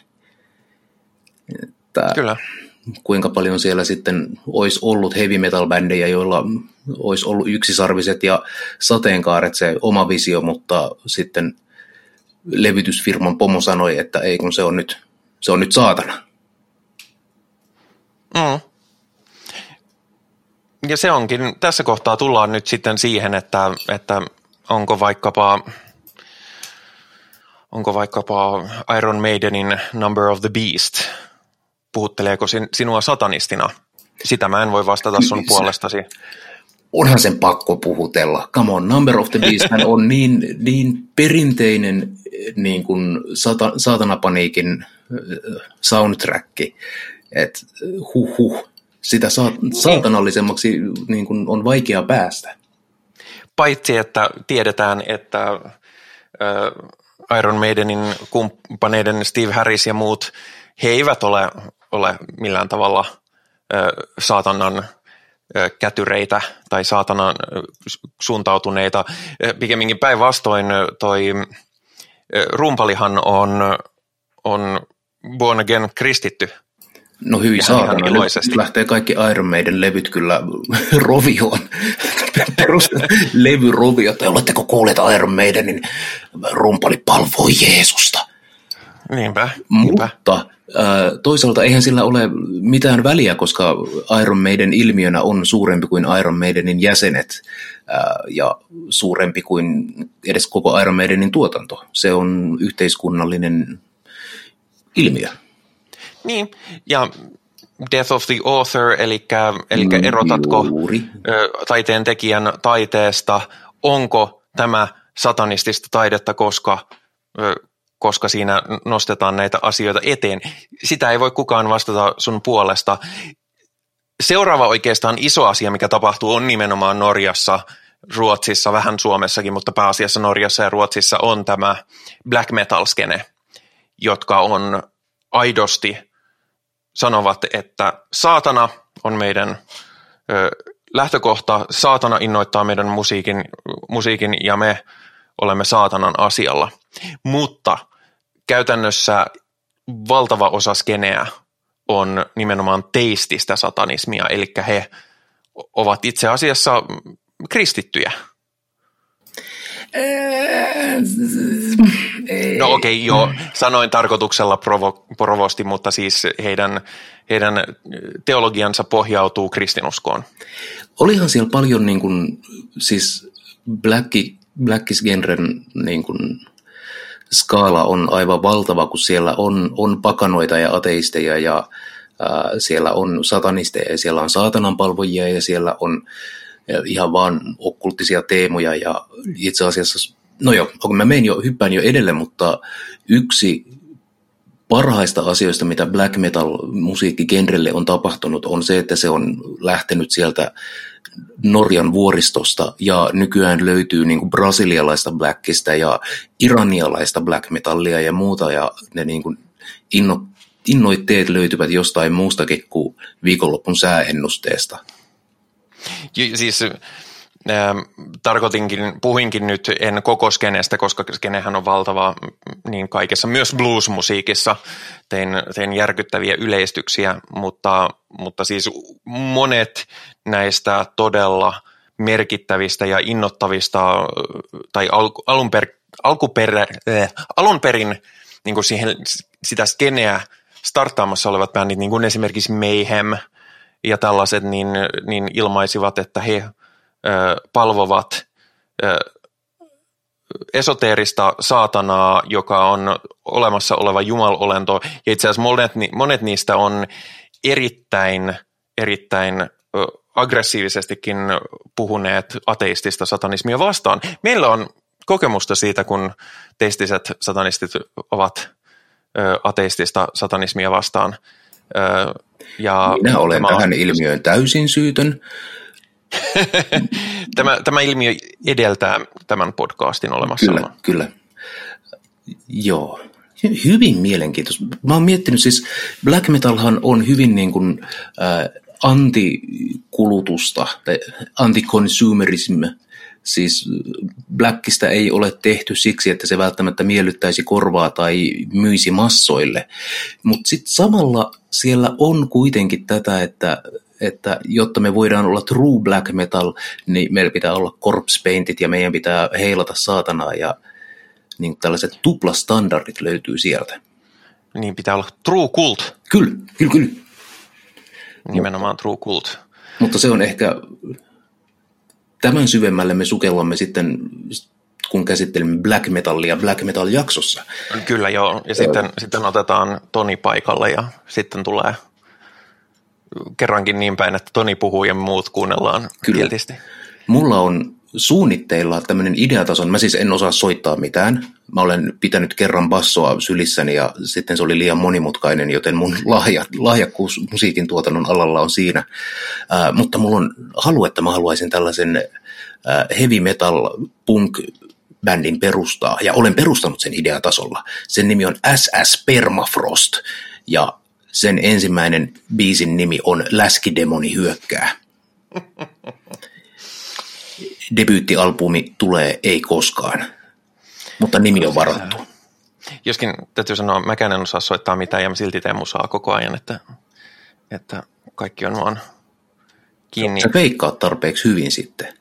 Kyllä. Kuinka paljon siellä sitten olisi ollut heavy metal-bändejä, joilla olisi ollut yksisarviset ja sateenkaaret se oma visio, mutta sitten levytysfirman pomo sanoi, että ei kun se on nyt saatana. Ja se onkin, tässä kohtaa tullaan nyt sitten siihen, että onko vaikkapa Iron Maidenin Number of the Beast, puhutteleeko sinua satanistina? Sitä mä en voi vastata sun puolestasi. Onhan sen pakko puhutella. Come on, Number of the Beast on niin perinteinen niin kuin saatanapaniikin soundtrack, että sitä saatanallisemmaksi niin kuin on vaikea päästä. Paitsi, että tiedetään, että Iron Maidenin kumppaneiden Steve Harris ja muut, he eivät ole millään tavalla saatanan kätyreitä tai saatanan suuntautuneita. Pikemminkin päinvastoin toi rumpalihan on born again kristitty. No hyi saatana, nyt lähtee kaikki Iron Maiden levyt kyllä rovioon. Levyroviot. Oletteko kuulleet Iron Maidenin rumpali palvoi Jeesusta? Niinpä. Mutta toisaalta eihän sillä ole mitään väliä, koska Iron Maiden ilmiönä on suurempi kuin Iron Maidenin jäsenet ja suurempi kuin edes koko Iron Maidenin tuotanto. Se on yhteiskunnallinen ilmiö. Niin, ja Death of the Author, eli erotatko taiteen tekijän taiteesta, onko tämä satanistista taidetta, koska siinä nostetaan näitä asioita eteen. Sitä ei voi kukaan vastata sun puolesta. Seuraava oikeastaan iso asia, mikä tapahtuu, on nimenomaan Norjassa, Ruotsissa, vähän Suomessakin, mutta pääasiassa Norjassa ja Ruotsissa on tämä black metal-skene, jotka on aidosti sanovat, että saatana on meidän lähtökohta, saatana innoittaa meidän musiikin ja me olemme saatanan asialla. Mutta käytännössä valtava osa skeneä on nimenomaan teististä satanismia, eli he ovat itse asiassa kristittyjä. No okei, joo, sanoin tarkoituksella provosti, mutta siis heidän teologiansa pohjautuu kristinuskoon. Olihan siellä paljon niin kuin, siis blackis-genren niin kuin, skaala on aivan valtava, kun siellä on pakanoita ja ateisteja ja siellä on satanisteja ja siellä on saatananpalvojia ja siellä on ihan vaan okkulttisia teemoja ja itse asiassa, no joo, mä hyppään jo edelle, mutta yksi parhaista asioista, mitä black metal musiikkigenrelle on tapahtunut, on se, että se on lähtenyt sieltä Norjan vuoristosta ja nykyään löytyy niin kuin brasilialaista blackista ja iranialaista black metallia ja muuta ja ne niin kuin innoitteet löytyvät jostain muustakin kuin viikonloppun sääennusteesta. Siis puhuinkin nyt en koko skenestä, koska skenehän on valtava niin kaikessa, myös blues-musiikissa tein järkyttäviä yleistyksiä, mutta siis monet näistä todella merkittävistä ja innoittavista tai alun perin niin kuin sitä skeneä starttaamassa olevat bändit, niin kuin esimerkiksi Mayhem ja tällaiset, niin ilmaisivat, että he palvovat esoteerista saatanaa, joka on olemassa oleva jumalolento, ja itse asiassa monet niistä on erittäin aggressiivisestikin puhuneet ateistista satanismia vastaan. Meillä on kokemusta siitä, kun teistiset satanistit ovat ateistista satanismia vastaan. Ja minä olen tähän ilmiöön täysin syytön. Tämä ilmiö edeltää tämän podcastin olemassaoloa. Kyllä. Joo. Hyvin mielenkiintoista. Mä oon miettinyt, siis black metalhan on hyvin niin kuin antikulutusta, tai anticonsumerism. Siis blackista ei ole tehty siksi, että se välttämättä miellyttäisi korvaa tai myisi massoille. Mutta sitten samalla siellä on kuitenkin tätä, että jotta me voidaan olla true black metal, niin meillä pitää olla corpse paintit ja meidän pitää heilata saatanaa ja niin tällaiset tuplastandardit löytyy sieltä. Niin pitää olla true cult. Kyllä. Nimenomaan true cult. Mutta se on ehkä, tämän syvemmälle me sukellamme sitten, kun käsittelemme black metallia black metal-jaksossa. Kyllä joo, ja sitten otetaan Toni paikalle ja sitten tulee kerrankin niin päin, että Toni puhuu ja muut kuunnellaan kiltisti. Mulla on suunnitteilla tämmöinen ideatason, mä siis en osaa soittaa mitään. Mä olen pitänyt kerran bassoa sylissäni ja sitten se oli liian monimutkainen, joten mun lahjakkuus musiikin tuotannon alalla on siinä. Mutta mulla on halu, että mä haluaisin tällaisen heavy metal punk bändin perustaa, ja olen perustanut sen ideatasolla. Sen nimi on SS Permafrost, ja sen ensimmäinen biisin nimi on Läskidemoni hyökkää. Debyyttialbumi tulee ei koskaan, mutta nimi on varattu. Joskin täytyy sanoa, mäkään en osaa soittaa mitään, ja mä silti teen musaa koko ajan, että kaikki on vaan kiinni. Sä veikkaat tarpeeksi hyvin sitten.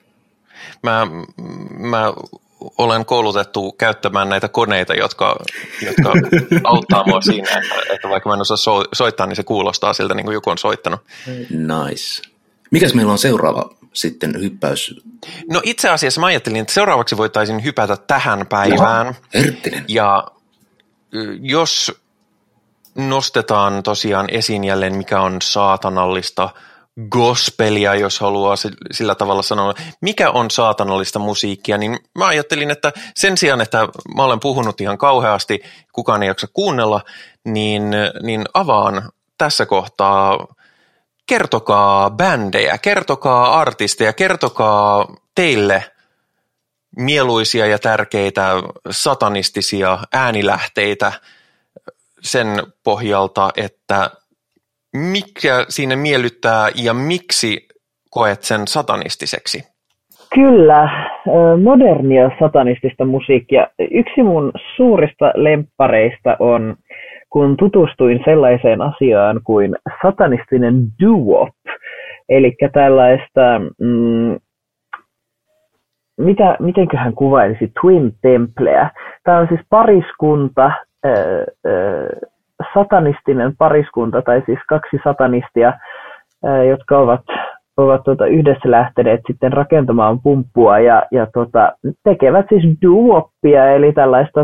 Mä olen koulutettu käyttämään näitä koneita, jotka auttaa mua siinä, että vaikka mä en osaa soittaa, niin se kuulostaa siltä, niin kuin joku on soittanut. Nice. Mikäs meillä on seuraava sitten hyppäys? No itse asiassa mä ajattelin, että seuraavaksi voitaisiin hypätä tähän päivään. Herttinen. Ja jos nostetaan tosiaan esiin jälleen, mikä on saatanallista gospelia, jos haluaa sillä tavalla sanoa, mikä on saatanallista musiikkia, niin mä ajattelin, että sen sijaan, että mä olen puhunut ihan kauheasti, kukaan ei jaksa kuunnella, niin avaan tässä kohtaa, kertokaa bändejä, kertokaa artisteja, kertokaa teille mieluisia ja tärkeitä satanistisia äänilähteitä sen pohjalta, että mikä siinä miellyttää ja miksi koet sen satanistiseksi? Kyllä, modernia satanistista musiikkia. Yksi mun suurista lemppareista on, kun tutustuin sellaiseen asiaan kuin satanistinen doo-wop, eli tällaista, mitenköhän kuvailisi, Twin Templeä. Tämä on siis pariskunta, satanistinen pariskunta, tai siis kaksi satanistia, jotka ovat yhdessä lähteneet sitten rakentamaan pumppua ja tekevät siis doo-woppia, eli tällaista,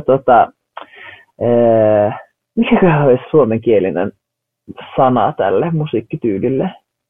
mikäköhän olisi suomenkielinen sana tälle musiikkityylille?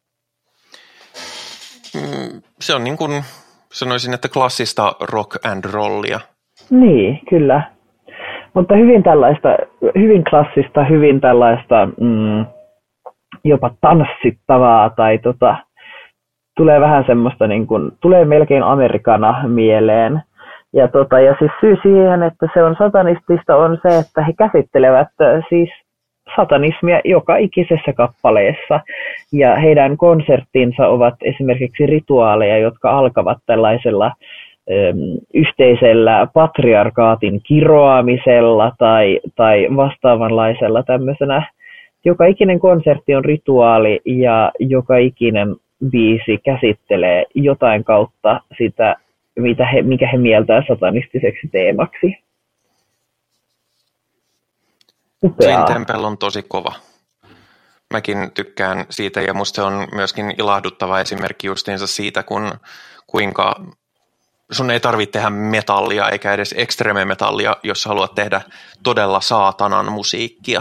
Se on niin kuin, sanoisin, että klassista rock and rollia. Niin, kyllä. Mutta hyvin klassista, hyvin tällaista jopa tanssittavaa tai tulee vähän semmoista niin kuin, tulee melkein amerikana mieleen. Ja siis syy siihen, että se on satanistista on se, että he käsittelevät siis satanismia joka ikisessä kappaleessa. Ja heidän konserttinsa ovat esimerkiksi rituaaleja, jotka alkavat tällaisella yhteisellä patriarkaatin kiroamisella tai vastaavanlaisella tämmöisenä. Joka ikinen konsertti on rituaali ja joka ikinen biisi käsittelee jotain kautta sitä, mikä he mieltää satanistiseksi teemaksi. Twin Temple on tosi kova. Mäkin tykkään siitä ja musta se on myöskin ilahduttava esimerkki justiinsa siitä, kuinka sun ei tarvitse tehdä metallia eikä edes extreme-metallia, jos haluat tehdä todella saatanan musiikkia.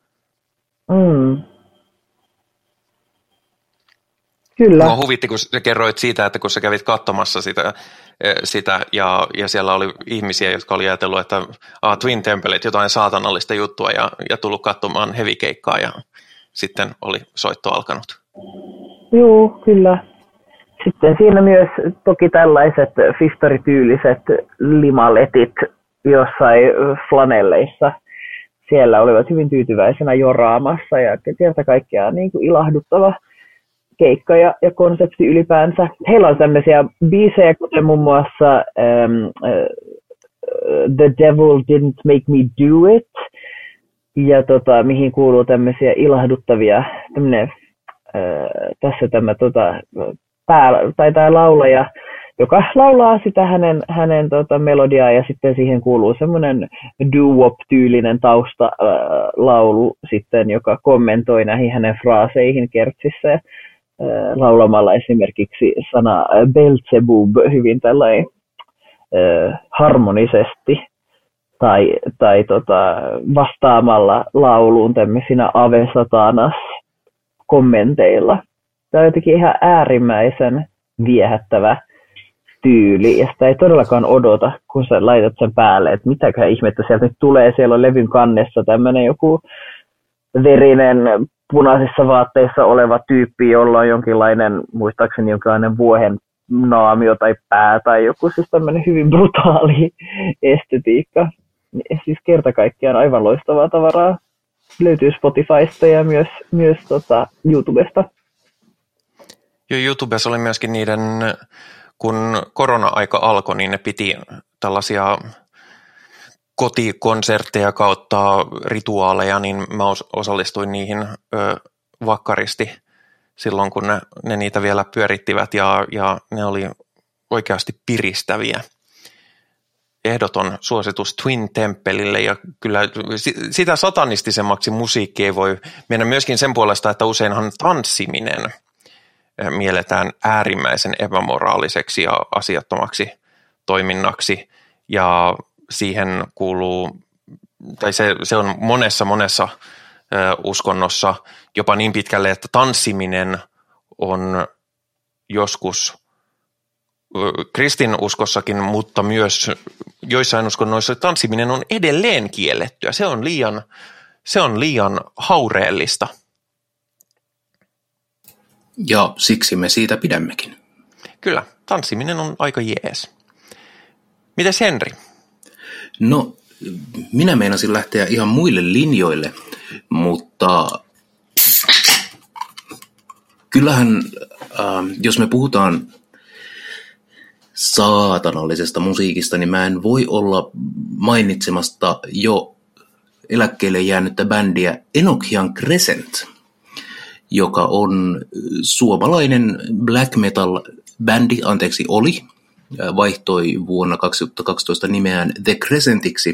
Kyllä. Mua huvitti, kun sä kerroit siitä, että kun sä kävit katsomassa sitä ja siellä oli ihmisiä, jotka oli ajatellut, että Twin Temple, jotain saatanallista juttua ja tullut katsomaan heavy-keikkaa ja sitten oli soitto alkanut. Joo, kyllä. Sitten siinä myös toki tällaiset fistarityyliset limaletit jossain flanelleissa. Siellä olivat hyvin tyytyväisenä joraamassa ja kerta kaikkiaan niin kuin ilahduttava keikka ja konsepti ylipäänsä. Heillä on tämmöisiä biisejä, kuten muun muassa The Devil Didn't Make Me Do It, ja mihin kuuluu tämmöisiä ilahduttavia, tässä tämä tämä laulaja, joka laulaa sitä hänen melodiaa, ja sitten siihen kuuluu semmoinen doo-wop-tyylinen taustalaulu sitten, joka kommentoi näihin hänen fraaseihin kertsissä, laulamalla esimerkiksi sana Beelzebub hyvin tällainen harmonisesti tai vastaamalla lauluun tämmöisinä Ave Satanas kommenteilla. Tämä on jotenkin ihan äärimmäisen viehättävä tyyli, ja sitä ei todellakaan odota, kun sä laitat sen päälle, että mitäköhän ihmettä sieltä nyt tulee. Siellä on levyn kannessa tämmöinen joku verinen punaisissa vaatteissa oleva tyyppi, jolla on jonkinlainen, muistaakseni jonkinlainen vuohen naamio tai pää tai joku siis tämmöinen hyvin brutaali estetiikka. Siis kerta kaikkiaan aivan loistavaa tavaraa. Löytyy Spotifysta ja myös YouTubesta. Joo, YouTubessa oli myöskin niiden, kun korona-aika alkoi, niin ne piti tällaisia kotikonsertteja kautta rituaaleja, niin mä osallistuin niihin vakkaristi silloin, kun ne niitä vielä pyörittivät ja ne oli oikeasti piristäviä. Ehdoton suositus Twin Templelle, ja kyllä sitä satanistisemmaksi musiikki ei voi mennä myöskin sen puolesta, että useinhan tanssiminen mielletään äärimmäisen epämoraaliseksi ja asiattomaksi toiminnaksi, ja siihen kuuluu, tai se on monessa uskonnossa jopa niin pitkälle, että tanssiminen on joskus kristinuskossakin, mutta myös joissain uskonnoissa tanssiminen on edelleen kiellettyä. Se on liian haureellista. Ja siksi me siitä pidämmekin. Kyllä, tanssiminen on aika jees. Mites Henri? No, minä meinasin lähteä ihan muille linjoille, mutta kyllähän, jos me puhutaan saatanallisesta musiikista, niin mä en voi olla mainitsemasta jo eläkkeelle jäänyttä bändiä Enochian Crescent, joka on suomalainen black metal bändi, oli, vaihtoi vuonna 2012 nimeään The Crescentiksi,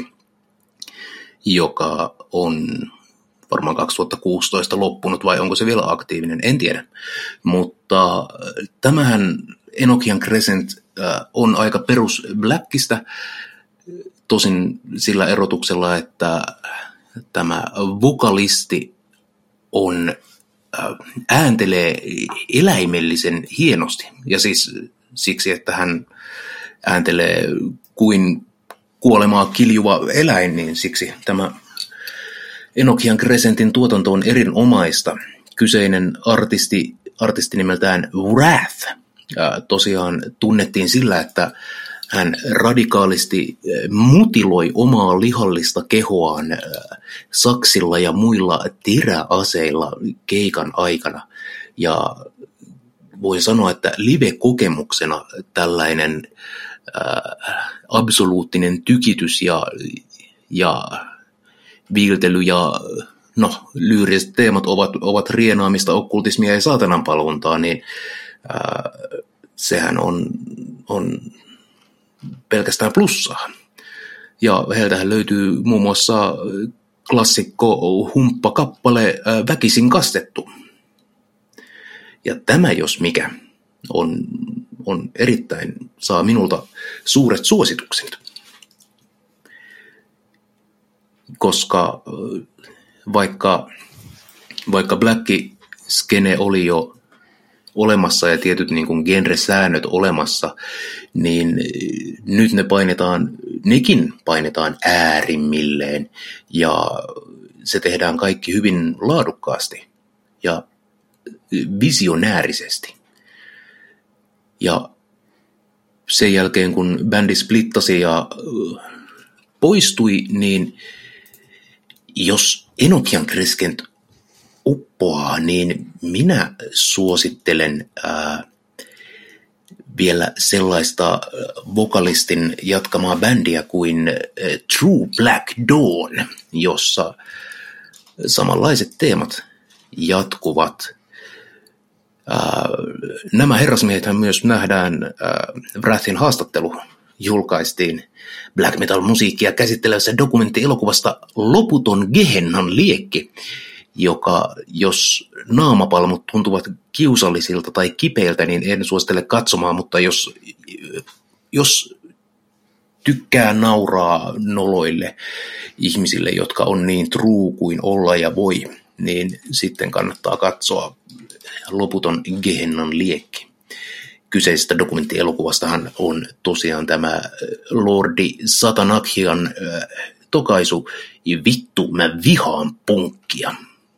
joka on varmaan 2016 loppunut, vai onko se vielä aktiivinen, en tiedä. Mutta tämähän Enochian Crescent on aika perus blackista, tosin sillä erotuksella, että tämä vokalisti ääntelee eläimellisen hienosti, ja siis siksi, että hän ääntelee kuin kuolemaa kiljuva eläin, niin siksi tämä Enochian Crescentin tuotanto on erinomaista. Kyseinen artisti nimeltään Wrath tosiaan tunnettiin sillä, että hän radikaalisti mutiloi omaa lihallista kehoaan saksilla ja muilla teräaseilla keikan aikana. Ja voin sanoa, että live-kokemuksena tällainen absoluuttinen tykitys ja viiltely ja lyyriset teemat ovat rienaamista, okkultismia ja saatananpalvontaa, niin sehän on pelkästään plussaa. Ja heiltähän löytyy muun muassa klassikko humppakappale Väkisin kastettu. Ja tämä jos mikä on erittäin, saa minulta suuret suositukset. Koska vaikka Black-skene oli jo olemassa ja tietyt niin kuin genre-säännöt olemassa, niin nyt nekin painetaan äärimmilleen ja se tehdään kaikki hyvin laadukkaasti ja visionäärisesti. Ja sen jälkeen kun bändi splittasi ja poistui, niin jos Enochian Crescent uppoaa, niin minä suosittelen vielä sellaista vokalistin jatkamaa bändiä kuin True Black Dawn, jossa samanlaiset teemat jatkuvat. Nämä herrasmiehethän myös nähdään, Wrathin haastattelu julkaistiin black metal musiikkia käsittelevässä dokumenttielokuvasta Loputon Gehennan liekki, joka, jos naamapalmut tuntuvat kiusallisilta tai kipeiltä, niin en suosittele katsomaan, mutta jos tykkää nauraa noloille ihmisille, jotka on niin true kuin olla ja voi, niin sitten kannattaa katsoa Loputon Gehennan liekki. Kyseisestä dokumenttielokuvastahan on tosiaan tämä Lordi Satanakian tokaisu Vittu, mä vihaan punkkia.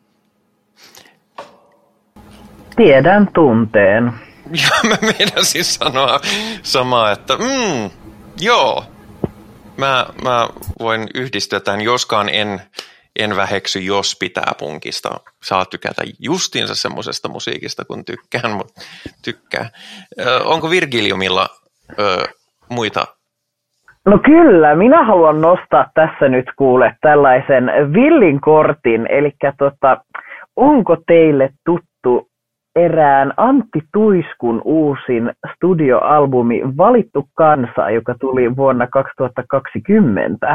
Tiedän tunteen. Ja mä meinasin sanoa samaa, että joo, mä voin yhdistyä tähän, joskaan en väheksy, jos pitää punkista. Saa tykätä justiinsa semmoisesta musiikista, kun tykkään, mutta tykkää. Onko Virgiliumilla muita? No kyllä, minä haluan nostaa tässä nyt kuule tällaisen villin kortin, eli onko teille tuttu erään Antti Tuiskun uusin studioalbumi Valittu kansa, joka tuli vuonna 2020?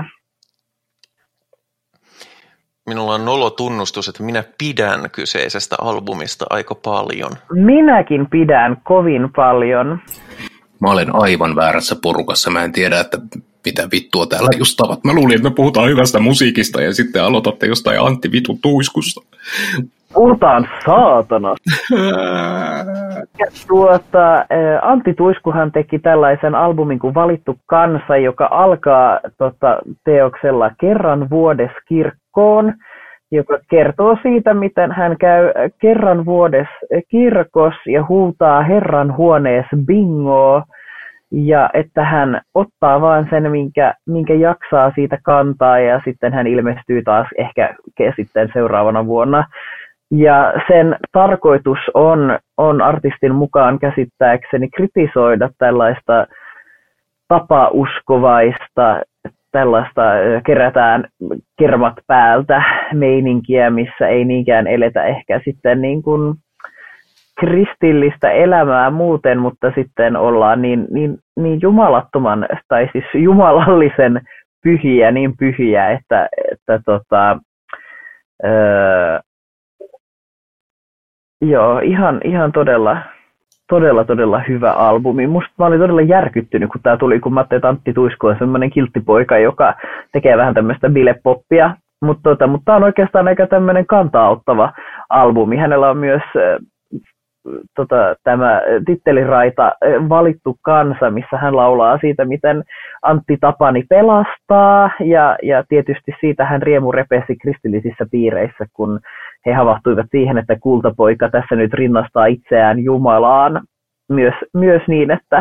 Minulla on nolo tunnustus, että minä pidän kyseisestä albumista aika paljon. Minäkin pidän kovin paljon. Mä olen aivan väärässä porukassa. Mä en tiedä, että mitä vittua täällä just tavat. Mä luulin, että me puhutaan hyvästä musiikista ja sitten aloitatte jostain Antti Vitun Tuiskusta. Puhutaan saatanasta. Antti Tuiskuhan teki tällaisen albumin kuin Valittu kansa, joka alkaa teoksella Kerran vuodessa kirkkoon, joka kertoo siitä, miten hän käy kerran vuodessa kirkossa ja huutaa Herran huoneessa bingoa, ja että hän ottaa vaan sen, minkä jaksaa siitä kantaa, ja sitten hän ilmestyy taas ehkä sitten seuraavana vuonna. Ja sen tarkoitus on artistin mukaan käsittääkseni kritisoida tällaista tapauskovaista, tällaista kerätään kermat päältä meininkiä, missä ei niinkään eletä ehkä sitten niin kuin kristillistä elämää muuten, mutta sitten ollaan niin jumalattoman, tai siis jumalallisen pyhiä, niin pyhiä, että joo, ihan todella hyvä albumi. Mä olin todella järkyttynyt, kun tää tuli, kun mä ajattelin, että Antti Tuisku on semmoinen kilttipoika, joka tekee vähän tämmöistä bilepoppia, mutta tää on oikeastaan aika tämmöinen kantauttava albumi. Hänellä on myös tämä titteliraita Valittu kansa, missä hän laulaa siitä, miten Antti Tapani pelastaa, ja tietysti siitä hän riemu repesi kristillisissä piireissä, kun he havahtuivat siihen, että kultapoika tässä nyt rinnastaa itseään Jumalaan myös niin, että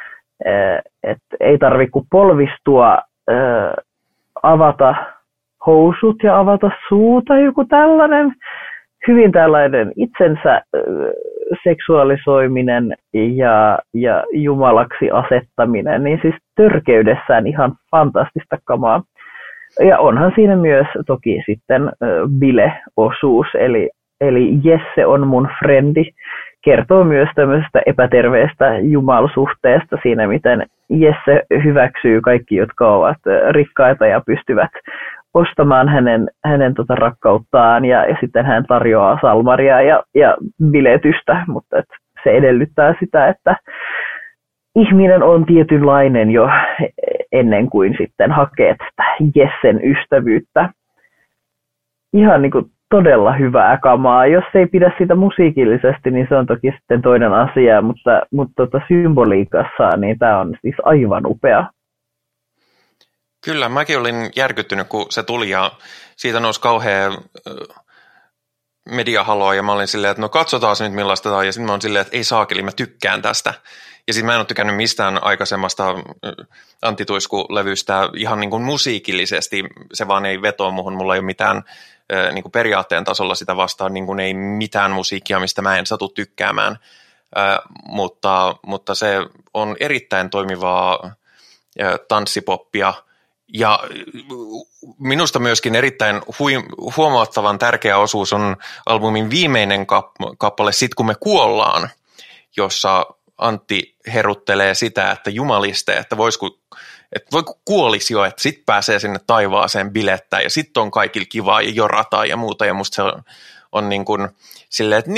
ei tarvitse kuin polvistua, avata housut ja avata suuta, joku tällainen. Hyvin tällainen itsensä seksuaalisoiminen ja jumalaksi asettaminen, niin siis törkeydessään ihan fantastista kamaa. Ja onhan siinä myös toki sitten bile-osuus, eli Jesse on mun frendi, kertoo myös tämmöisestä epäterveestä jumalsuhteesta siinä, miten Jesse hyväksyy kaikki, jotka ovat rikkaita ja pystyvät ostamaan hänen rakkauttaan, ja sitten hän tarjoaa salmaria ja biletystä, mutta se edellyttää sitä, että ihminen on tietynlainen jo ennen kuin sitten hakee tätä Jessen ystävyyttä. Ihan niin kuin todella hyvää kamaa. Jos ei pidä sitä musiikillisesti, niin se on toki sitten toinen asia, mutta symboliikassa niin tämä on siis aivan upea. Kyllä, mäkin olin järkyttynyt, kun se tuli ja siitä nousi kauhea mediahaloa ja mä olin silleen, että no katsotaan nyt millaista tämä on, ja sitten mä olin silleen, että ei saakeli, mä tykkään tästä. Ja sitten mä en ole tykännyt mistään aikaisemmasta Antituisku-levystä ihan niin kuin musiikillisesti, se vaan ei vetoa muhun, mulla ei ole mitään niin kuin periaatteen tasolla sitä vastaan, niin kuin ei mitään musiikkia, mistä mä en satu tykkäämään, mutta se on erittäin toimivaa tanssipoppia. Ja minusta myöskin erittäin huomattavan tärkeä osuus on albumin viimeinen kappale Sit kun me kuollaan, jossa Antti heruttelee sitä, että jumaliste, että voiko kuolisi jo, että sit pääsee sinne taivaaseen bilettään ja sit on kaikilla kivaa ja jorataan ja muuta. Ja musta se on niin kuin silleen, että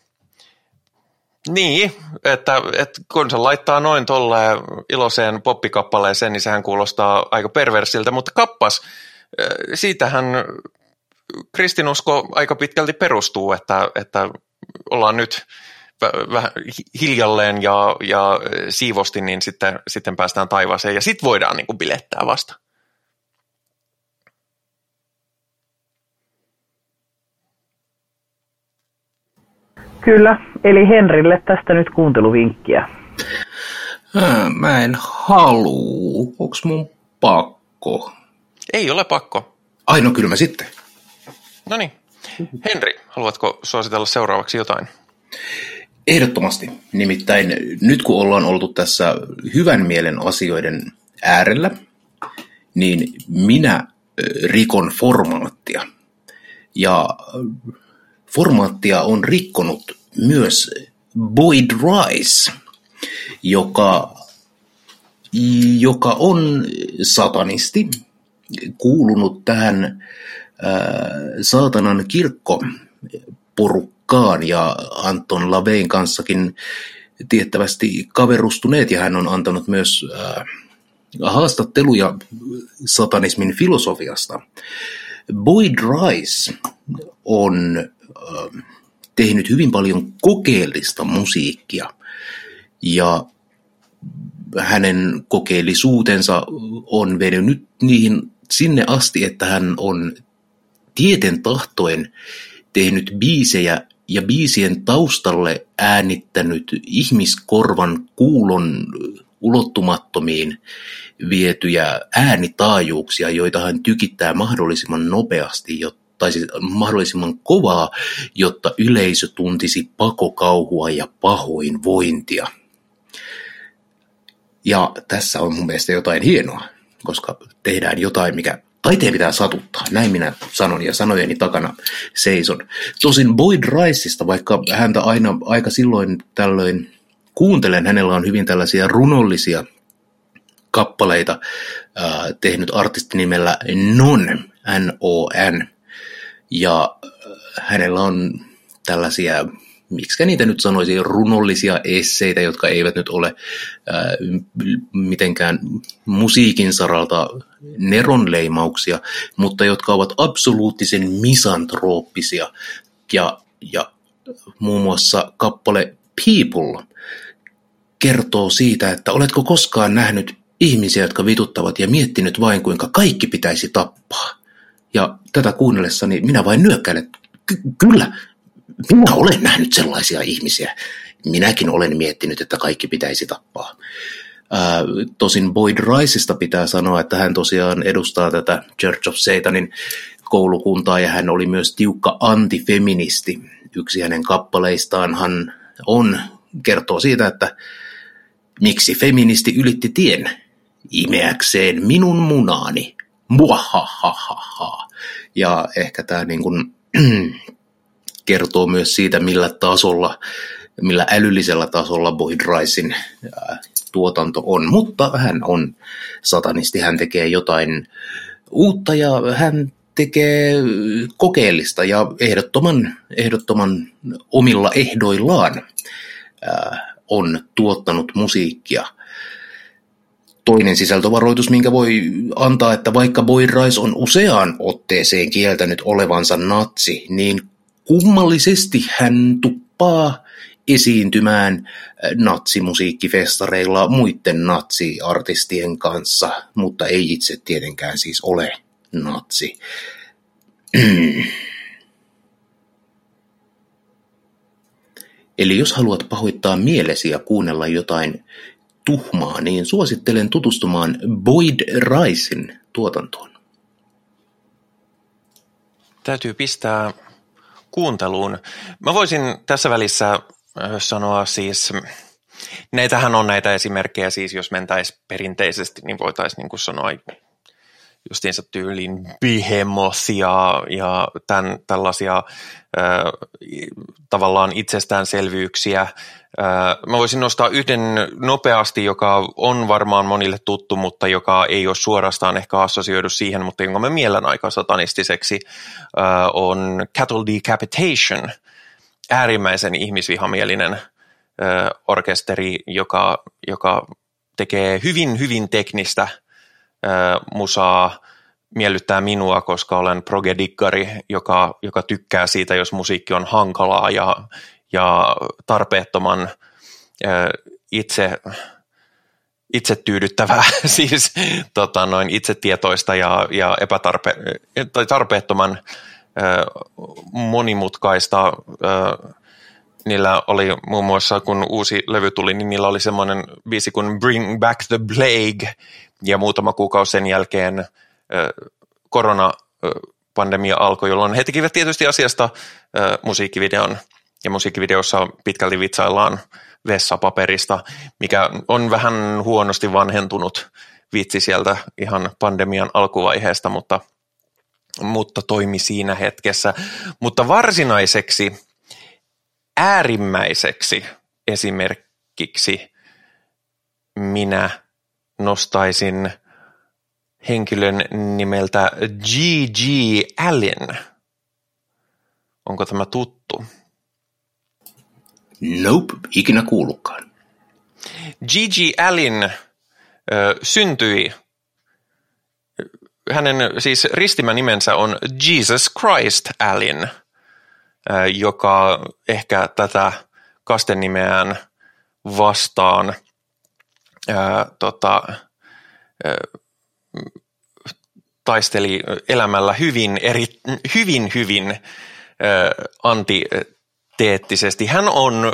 niin, että kun se laittaa noin tolleen iloiseen poppikappaleeseen, niin sehän kuulostaa aika perversiltä, mutta kappas, siitähän kristinusko aika pitkälti perustuu, että ollaan nyt vähän hiljalleen ja siivosti, niin sitten päästään taivaaseen ja sitten voidaan niin kuin bilettää vasta. Kyllä, eli Henrille tästä nyt kuunteluvinkkiä. Mä en haluu. Onks mun pakko? Ei ole pakko. Ai no kyllä mä sitten. No niin. Henri, haluatko suositella seuraavaksi jotain? Ehdottomasti. Nimittäin nyt kun ollaan oltu tässä hyvän mielen asioiden äärellä, niin minä rikon formaattia. Ja formaattia on rikkonut myös Boyd Rice, joka on satanisti, kuulunut tähän saatanan kirkkoporukkaan ja Anton LaVeyn kanssakin tiettävästi kaverustuneet, ja hän on antanut myös haastatteluja satanismin filosofiasta. Boyd Rice on tehnyt hyvin paljon kokeellista musiikkia, ja hänen kokeellisuutensa on venynyt sinne asti, että hän on tieten tahtoen tehnyt biisejä ja biisien taustalle äänittänyt ihmiskorvan kuulon ulottumattomiin vietyjä äänitaajuuksia, joita hän tykittää mahdollisimman nopeasti, tai siis mahdollisimman kovaa, jotta yleisö tuntisi pakokauhua ja pahoinvointia. Ja tässä on mun mielestä jotain hienoa, koska tehdään jotain, mikä taiteen pitää satuttaa. Näin minä sanon ja sanojeni takana seison. Tosin Boyd Riceista, vaikka häntä aina aika silloin tällöin kuuntelen, hänellä on hyvin tällaisia runollisia kappaleita tehnyt artistinimellä Non, N-O-N. Ja hänellä on tällaisia, miksi niitä nyt sanoisi, runollisia esseitä, jotka eivät nyt ole mitenkään musiikin saralta neronleimauksia, mutta jotka ovat absoluuttisen misantrooppisia. Ja muun muassa kappale People kertoo siitä, että oletko koskaan nähnyt ihmisiä, jotka vituttavat ja miettinyt vain, kuinka kaikki pitäisi tappaa. Ja tätä kuunnellessani minä vain nyökkäilen, kyllä, minä olen nähnyt sellaisia ihmisiä. Minäkin olen miettinyt, että kaikki pitäisi tappaa. Tosin Boyd Riceista pitää sanoa, että hän tosiaan edustaa tätä Church of Satanin koulukuntaa ja hän oli myös tiukka antifeministi. Yksi hänen imeäkseen minun munaani. Muahahaha. Ja ehkä tämä niin kuin kertoo myös siitä, millä älyllisellä tasolla Boyd Ricein tuotanto on. Mutta hän on satanisti, hän tekee jotain uutta ja hän tekee kokeellista ja ehdottoman omilla ehdoillaan on tuottanut musiikkia. Toinen sisältövaroitus, minkä voi antaa, että vaikka Boyd Rice on useaan otteeseen kieltänyt olevansa natsi, niin kummallisesti hän tuppaa esiintymään natsimusiikkifestareilla muiden natsiartistien kanssa, mutta ei itse tietenkään siis ole natsi. Eli jos haluat pahoittaa mielesi ja kuunnella jotain tuhmaa, niin suosittelen tutustumaan Boyd Ricein tuotantoon. Täytyy pistää kuunteluun. Mä voisin tässä välissä sanoa siis, näitähän on näitä esimerkkejä siis, jos mentäisiin perinteisesti, niin voitaisiin niin kuin sanoa justiinsa tyyliin Behemoth ja tällaisia tavallaan itsestäänselvyyksiä. Mä voisin nostaa yhden nopeasti, joka on varmaan monille tuttu, mutta joka ei ole suorastaan ehkä assosioidu siihen, mutta jonka mä miellän aika satanistiseksi, on Cattle Decapitation, äärimmäisen ihmisvihamielinen orkesteri, joka tekee hyvin, hyvin teknistä musaa, miellyttää minua, koska olen progediggari, joka tykkää siitä, jos musiikki on hankalaa ja tarpeettoman itse tyydyttävää, siis itsetietoista ja tarpeettoman monimutkaista. Niillä oli muun muassa, kun uusi levy tuli, niin niillä oli semmoinen biisi kuin Bring Back the Plague, ja muutama kuukausi sen jälkeen koronapandemia alkoi, jolloin he tekivät tietysti asiasta musiikkivideon, ja musiikkivideossa pitkälti vitsaillaan vessapaperista, mikä on vähän huonosti vanhentunut vitsi sieltä ihan pandemian alkuvaiheesta, mutta toimi siinä hetkessä. Mutta varsinaiseksi, äärimmäiseksi esimerkiksi minä nostaisin henkilön nimeltä G.G. Allin. Onko tämä tuttu? Nope, ikinä kuullutkaan. G.G. Allin syntyi, hänen siis ristimänimensä on Jesus Christ Allin, joka ehkä tätä kastenimeään vastaan taisteli elämällä hyvin antiteettisesti. Hän on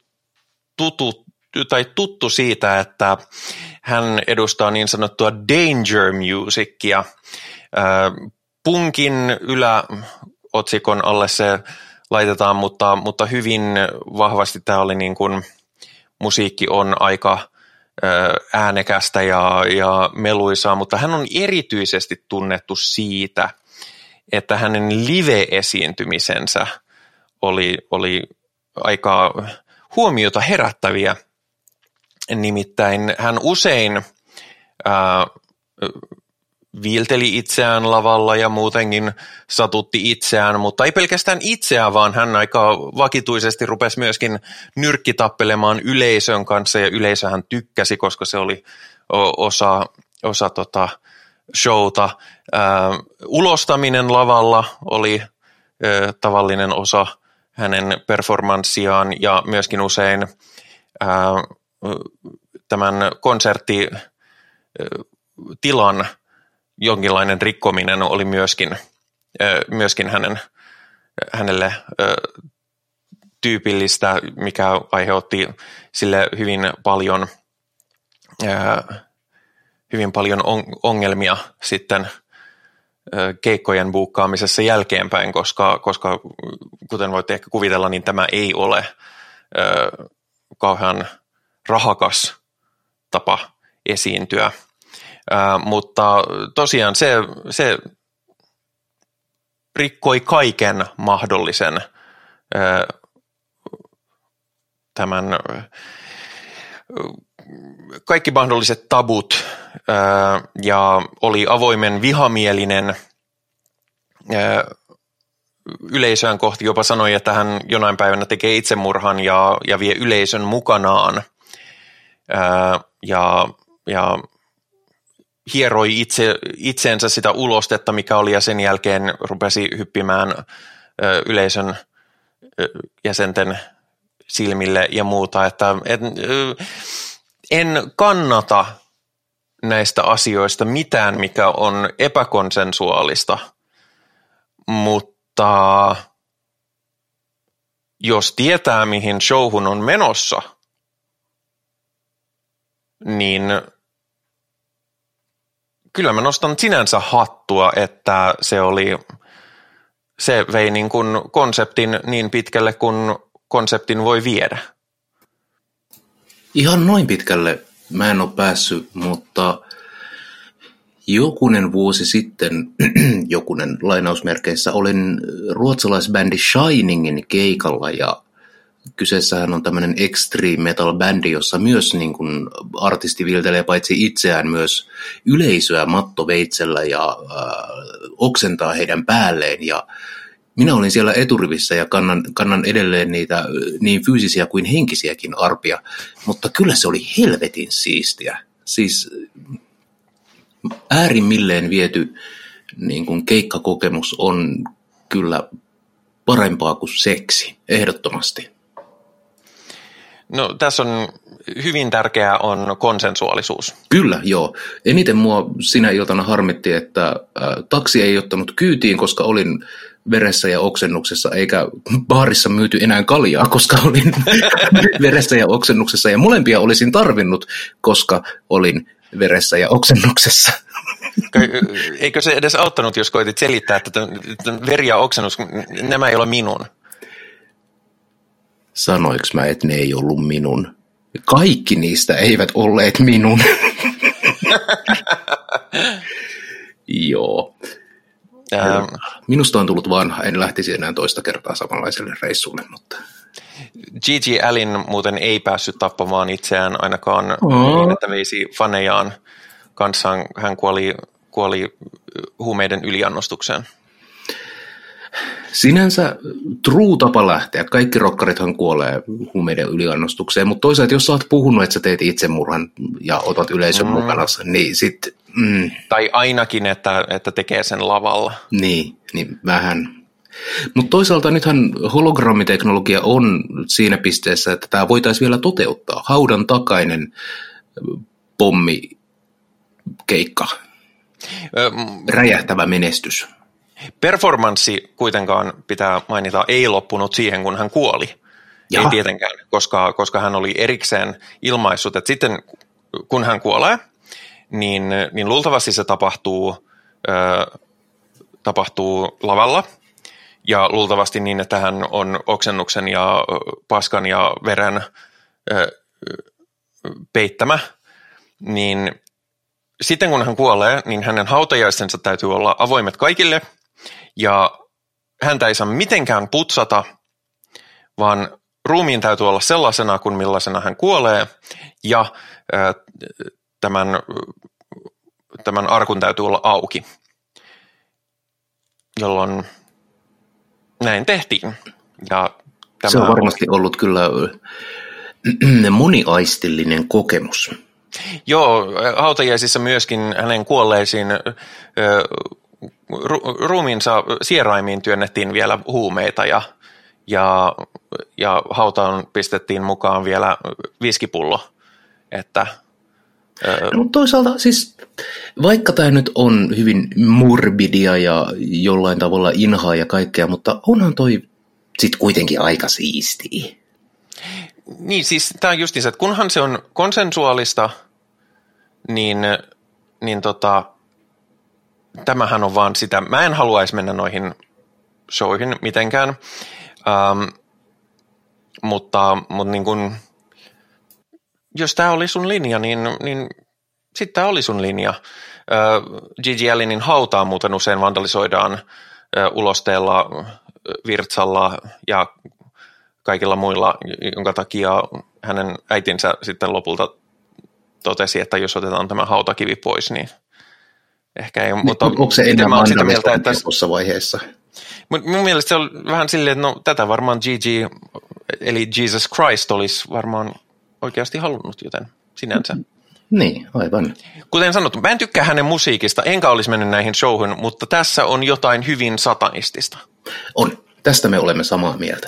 tuttu siitä, että hän edustaa niin sanottua danger musicia. Punkin yläotsikon alle se laitetaan, mutta hyvin vahvasti tämä oli niin kuin, musiikki on aika äänekästä ja meluisaa, mutta hän on erityisesti tunnettu siitä, että hänen live-esiintymisensä oli aika huomiota herättäviä. Nimittäin hän usein viilteli itseään lavalla ja muutenkin satutti itseään, mutta ei pelkästään itseään, vaan hän aika vakituisesti rupesi myöskin nyrkkitappelemaan yleisön kanssa, ja yleisöhän tykkäsi, koska se oli osa showta. Ulostaminen lavalla oli tavallinen osa hänen performanssiaan, ja myöskin usein tämän konserttitilan jonkinlainen rikkominen oli myöskin hänelle tyypillistä, mikä aiheutti sille hyvin paljon ongelmia sitten keikkojen buukkaamisessa jälkeenpäin, koska kuten voitte ehkä kuvitella, niin tämä ei ole kauhean rahakas tapa esiintyä. Mutta tosiaan se rikkoi kaiken mahdollisen tämän kaikki mahdolliset tabut ja oli avoimen vihamielinen yleisöön kohti, jopa sanoi, että hän jonain päivänä tekee itsemurhan ja vie yleisön mukanaan ja hieroi itseensä sitä ulostetta, mikä oli, ja sen jälkeen rupesi hyppimään yleisön jäsenten silmille ja muuta, että en kannata näistä asioista mitään, mikä on epäkonsensuaalista, mutta jos tietää, mihin showhun on menossa, niin kyllä mä nostan sinänsä hattua, että se vei niin kuin konseptin niin pitkälle, kun konseptin voi viedä. Ihan noin pitkälle mä en ole päässyt, mutta jokunen vuosi sitten, jokunen lainausmerkeissä, olin ruotsalaisbändi Shiningin keikalla ja kyseessähän on tämmöinen extreme metal bändi, jossa myös niin kuin artisti viltelee paitsi itseään myös yleisöä mattoveitsellä ja oksentaa heidän päälleen ja minä olin siellä eturivissä ja kannan edelleen niitä niin fyysisiä kuin henkisiäkin arpia, mutta kyllä se oli helvetin siistiä. Siis äärimmilleen viety niin kuin keikkakokemus on kyllä parempaa kuin seksi, ehdottomasti. No tässä on hyvin tärkeää on konsensuaalisuus. Kyllä, joo. Eniten mua sinä iltana harmitti, että taksi ei ottanut kyytiin, koska olin veressä ja oksennuksessa, eikä baarissa myyty enää kaljaa, koska olin veressä ja oksennuksessa, ja molempia olisin tarvinnut, koska olin veressä ja oksennuksessa. Eikö se edes auttanut, jos koitit selittää, että veri ja oksennus, nämä ei ole minun? Sanoinko mä, että ne ei ollut minun? Kaikki niistä eivät olleet minun. Joo. Minusta on tullut vanha, en lähtisi enää toista kertaa samanlaiselle reissulle, mutta... Gigi Allin muuten ei päässyt tappamaan itseään ainakaan niin, että veisi fanejaan kanssaan. Hän kuoli huumeiden yliannostukseen. Sinänsä true tapa lähteä. Kaikki rokkarithan kuolee huumeiden yliannostukseen, mutta toisaalta jos sä oot puhunut, että sä teet itsemurhan ja otat yleisön mukana, niin sit... Tai ainakin, että tekee sen lavalla. Niin vähän. Mutta toisaalta nythän hologrammiteknologia on siinä pisteessä, että tämä voitaisiin vielä toteuttaa. Haudan takainen pommikeikka. Räjähtävä menestys. Performanssi kuitenkaan pitää mainita ei loppunut siihen, kun hän kuoli. Ei tietenkään, koska hän oli erikseen ilmaissut, että sitten kun hän kuolee, niin luultavasti se tapahtuu lavalla ja luultavasti niin, että hän on oksennuksen ja paskan ja veren peittämä, niin sitten kun hän kuolee, niin hänen hautajaistensa täytyy olla avoimet kaikille ja häntä ei saa mitenkään putsata, vaan ruumiin täytyy olla sellaisena kuin millaisena hän kuolee ja tämän arkun täytyy olla auki, jolloin näin tehtiin. Ja se on varmasti ollut kyllä moniaistillinen kokemus. Joo, hautajaisissa myöskin hänen kuolleisiin ruumiinsa sieraimiin työnnettiin vielä huumeita ja hautaan pistettiin mukaan vielä viskipullo, että no, toisaalta siis, vaikka tämä nyt on hyvin morbidia ja jollain tavalla inhaa ja kaikkea, mutta onhan toi sitten kuitenkin aika siistiä. Niin, siis tämä on just se, että kunhan se on konsensuaalista, niin tämähän on vaan sitä. Mä en haluaisi mennä noihin showihin mitenkään, mutta niin kun, jos tämä oli sun linja, niin sitten tämä oli sun linja. Gigi Allinin hautaa muuten usein vandalisoidaan ulosteella, virtsalla ja kaikilla muilla, jonka takia hänen äitinsä sitten lopulta totesi, että jos otetaan tämä hautakivi pois, niin ehkä ei. Mutta onko se enää vandalisointia tuossa vaiheessa? Mun mielestä se on vähän silleen, että no tätä varmaan Gigi, eli Jesus Christ olisi varmaan oikeasti halunnut, joten sinänsä. Niin, aivan. Kuten sanottu, mä en tykkää hänen musiikista, enkä olisi mennyt näihin showhun, mutta tässä on jotain hyvin satanistista. On. Tästä me olemme samaa mieltä.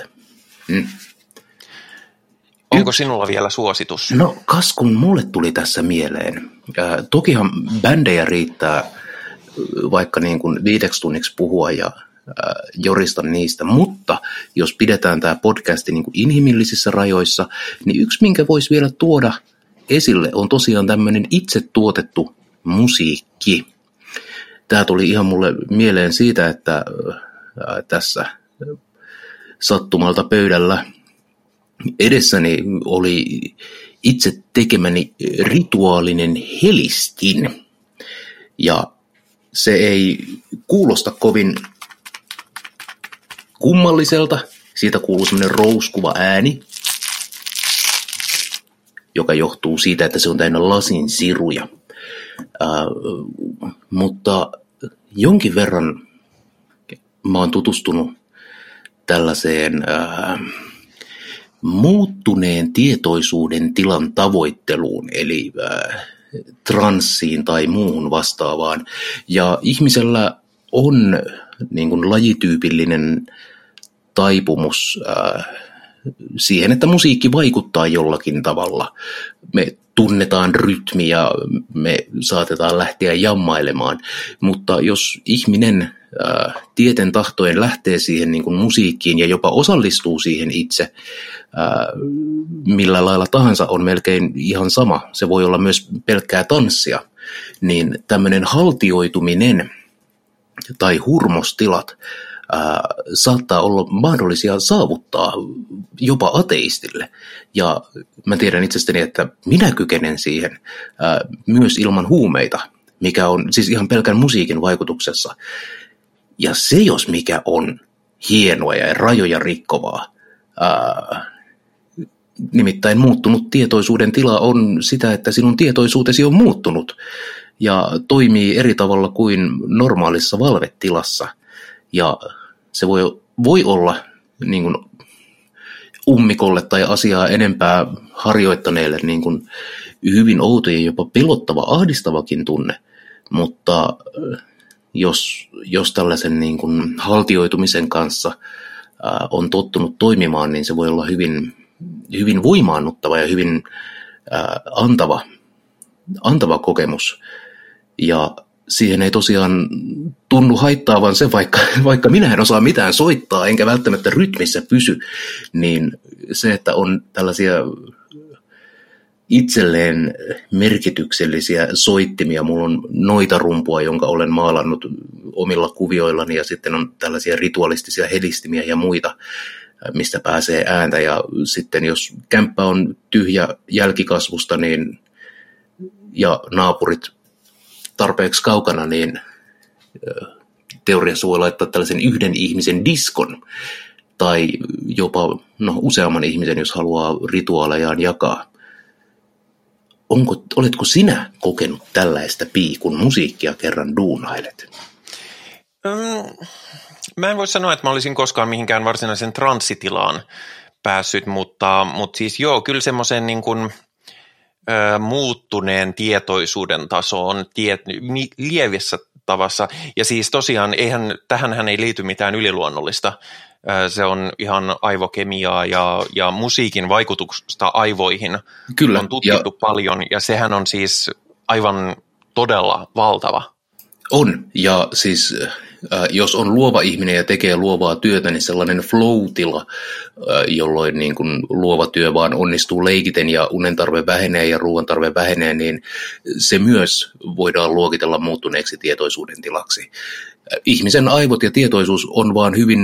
Onko sinulla vielä suositus? No, kas kun mulle tuli tässä mieleen. Tokihan bändejä riittää vaikka niin kuin 5 tunniksi puhua ja jorista niistä, mutta jos pidetään tämä podcasti niin kuin inhimillisissä rajoissa, niin yksi, minkä voisi vielä tuoda esille, on tosiaan tämmöinen itse tuotettu musiikki. Tämä tuli ihan mulle mieleen siitä, että tässä sattumalta pöydällä edessäni oli itse tekemäni rituaalinen helistin. Ja se ei kuulosta kovin kummalliselta. Siitä kuuluu semmoinen rouskuva ääni, joka johtuu siitä, että se on täynnä lasin siruja. Mutta jonkin verran mä oon tutustunut tällaiseen muuttuneen tietoisuuden tilan tavoitteluun, eli transsiin tai muuhun vastaavaan. Ja ihmisellä on niin kuin lajityypillinen taipumus siihen, että musiikki vaikuttaa jollakin tavalla. Me tunnetaan rytmi ja me saatetaan lähteä jammailemaan, mutta jos ihminen tieten tahtoen lähtee siihen niin kuin musiikkiin ja jopa osallistuu siihen itse, millä lailla tahansa on melkein ihan sama, se voi olla myös pelkkää tanssia, niin tämmöinen haltioituminen tai hurmostilat saattaa olla mahdollisia saavuttaa jopa ateistille. Ja mä tiedän itsestäni, että minä kykenen siihen myös ilman huumeita, mikä on siis ihan pelkän musiikin vaikutuksessa. Ja se, jos mikä on hienoa ja rajoja rikkovaa, nimittäin muuttunut tietoisuuden tila on sitä, että sinun tietoisuutesi on muuttunut ja toimii eri tavalla kuin normaalissa valvetilassa. Ja se voi olla niin kuin ummikolle tai asiaa enempää harjoittaneelle niin kuin hyvin outo ja jopa pelottava, ahdistavakin tunne, mutta jos tällaisen niin kuin haltioitumisen kanssa on tottunut toimimaan, niin se voi olla hyvin, hyvin voimaannuttava ja hyvin antava kokemus. Ja siihen ei tosiaan tunnu haittaavan se, vaikka minä en osaa mitään soittaa, enkä välttämättä rytmissä pysy, niin se, että on tällaisia itselleen merkityksellisiä soittimia. Mulla on noitarumpua, jonka olen maalannut omilla kuvioillani, ja sitten on tällaisia ritualistisia helistimiä ja muita, mistä pääsee ääntä. Ja sitten jos kämppä on tyhjä jälkikasvusta ja naapurit tarpeeksi kaukana, niin teoriassa voi laittaa tällaisen yhden ihmisen diskon tai jopa useamman ihmisen, jos haluaa rituaalejaan jakaa. Oletko sinä kokenut tällaista kun musiikkia kerran duunailet? Mä en voi sanoa, että mä olisin koskaan mihinkään varsinaisen transsitilaan päässyt, mutta siis joo, kyllä semmoisen niin kuin muuttuneen tietoisuuden taso on lievissä tavassa. Ja siis tosiaan tähänhän ei liity mitään yliluonnollista. Se on ihan aivokemiaa ja musiikin vaikutusta aivoihin kyllä, on tutkittu paljon, ja sehän on siis aivan todella valtava. On, ja siis jos on luova ihminen ja tekee luovaa työtä, niin sellainen flow-tila, jolloin niin kuin luova työ vaan onnistuu leikiten ja unen tarve vähenee ja ruoan tarve vähenee, niin se myös voidaan luokitella muuttuneeksi tietoisuuden tilaksi. Ihmisen aivot ja tietoisuus on vaan hyvin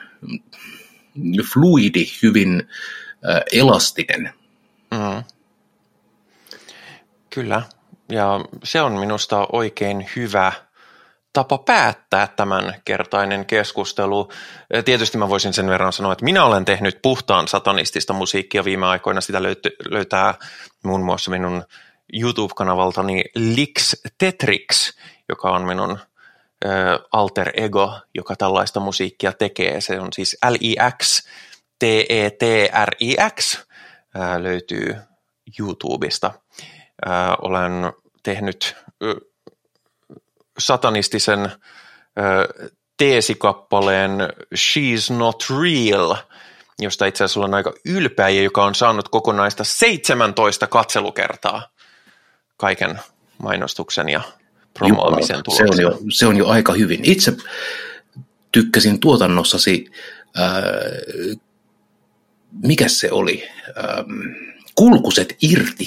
fluidi, hyvin elastinen. Mm. Kyllä. Ja se on minusta oikein hyvä tapa päättää tämän kertainen keskustelu. Tietysti mä voisin sen verran sanoa, että minä olen tehnyt puhtaan satanistista musiikkia viime aikoina. Sitä löytää muun muassa minun YouTube-kanavaltani Lix Tetrix, joka on minun alter ego, joka tällaista musiikkia tekee. Se on siis LIX-TETRIX, löytyy YouTubesta. Olen tehnyt satanistisen teesikappaleen She's Not Real, josta itse asiassa olen aika ylpeä ja joka on saanut kokonaista 17 katselukertaa kaiken mainostuksen ja promoamisen tuloksena. Se on jo aika hyvin. Itse tykkäsin tuotannossasi, mikä se oli? Kulkuset irti.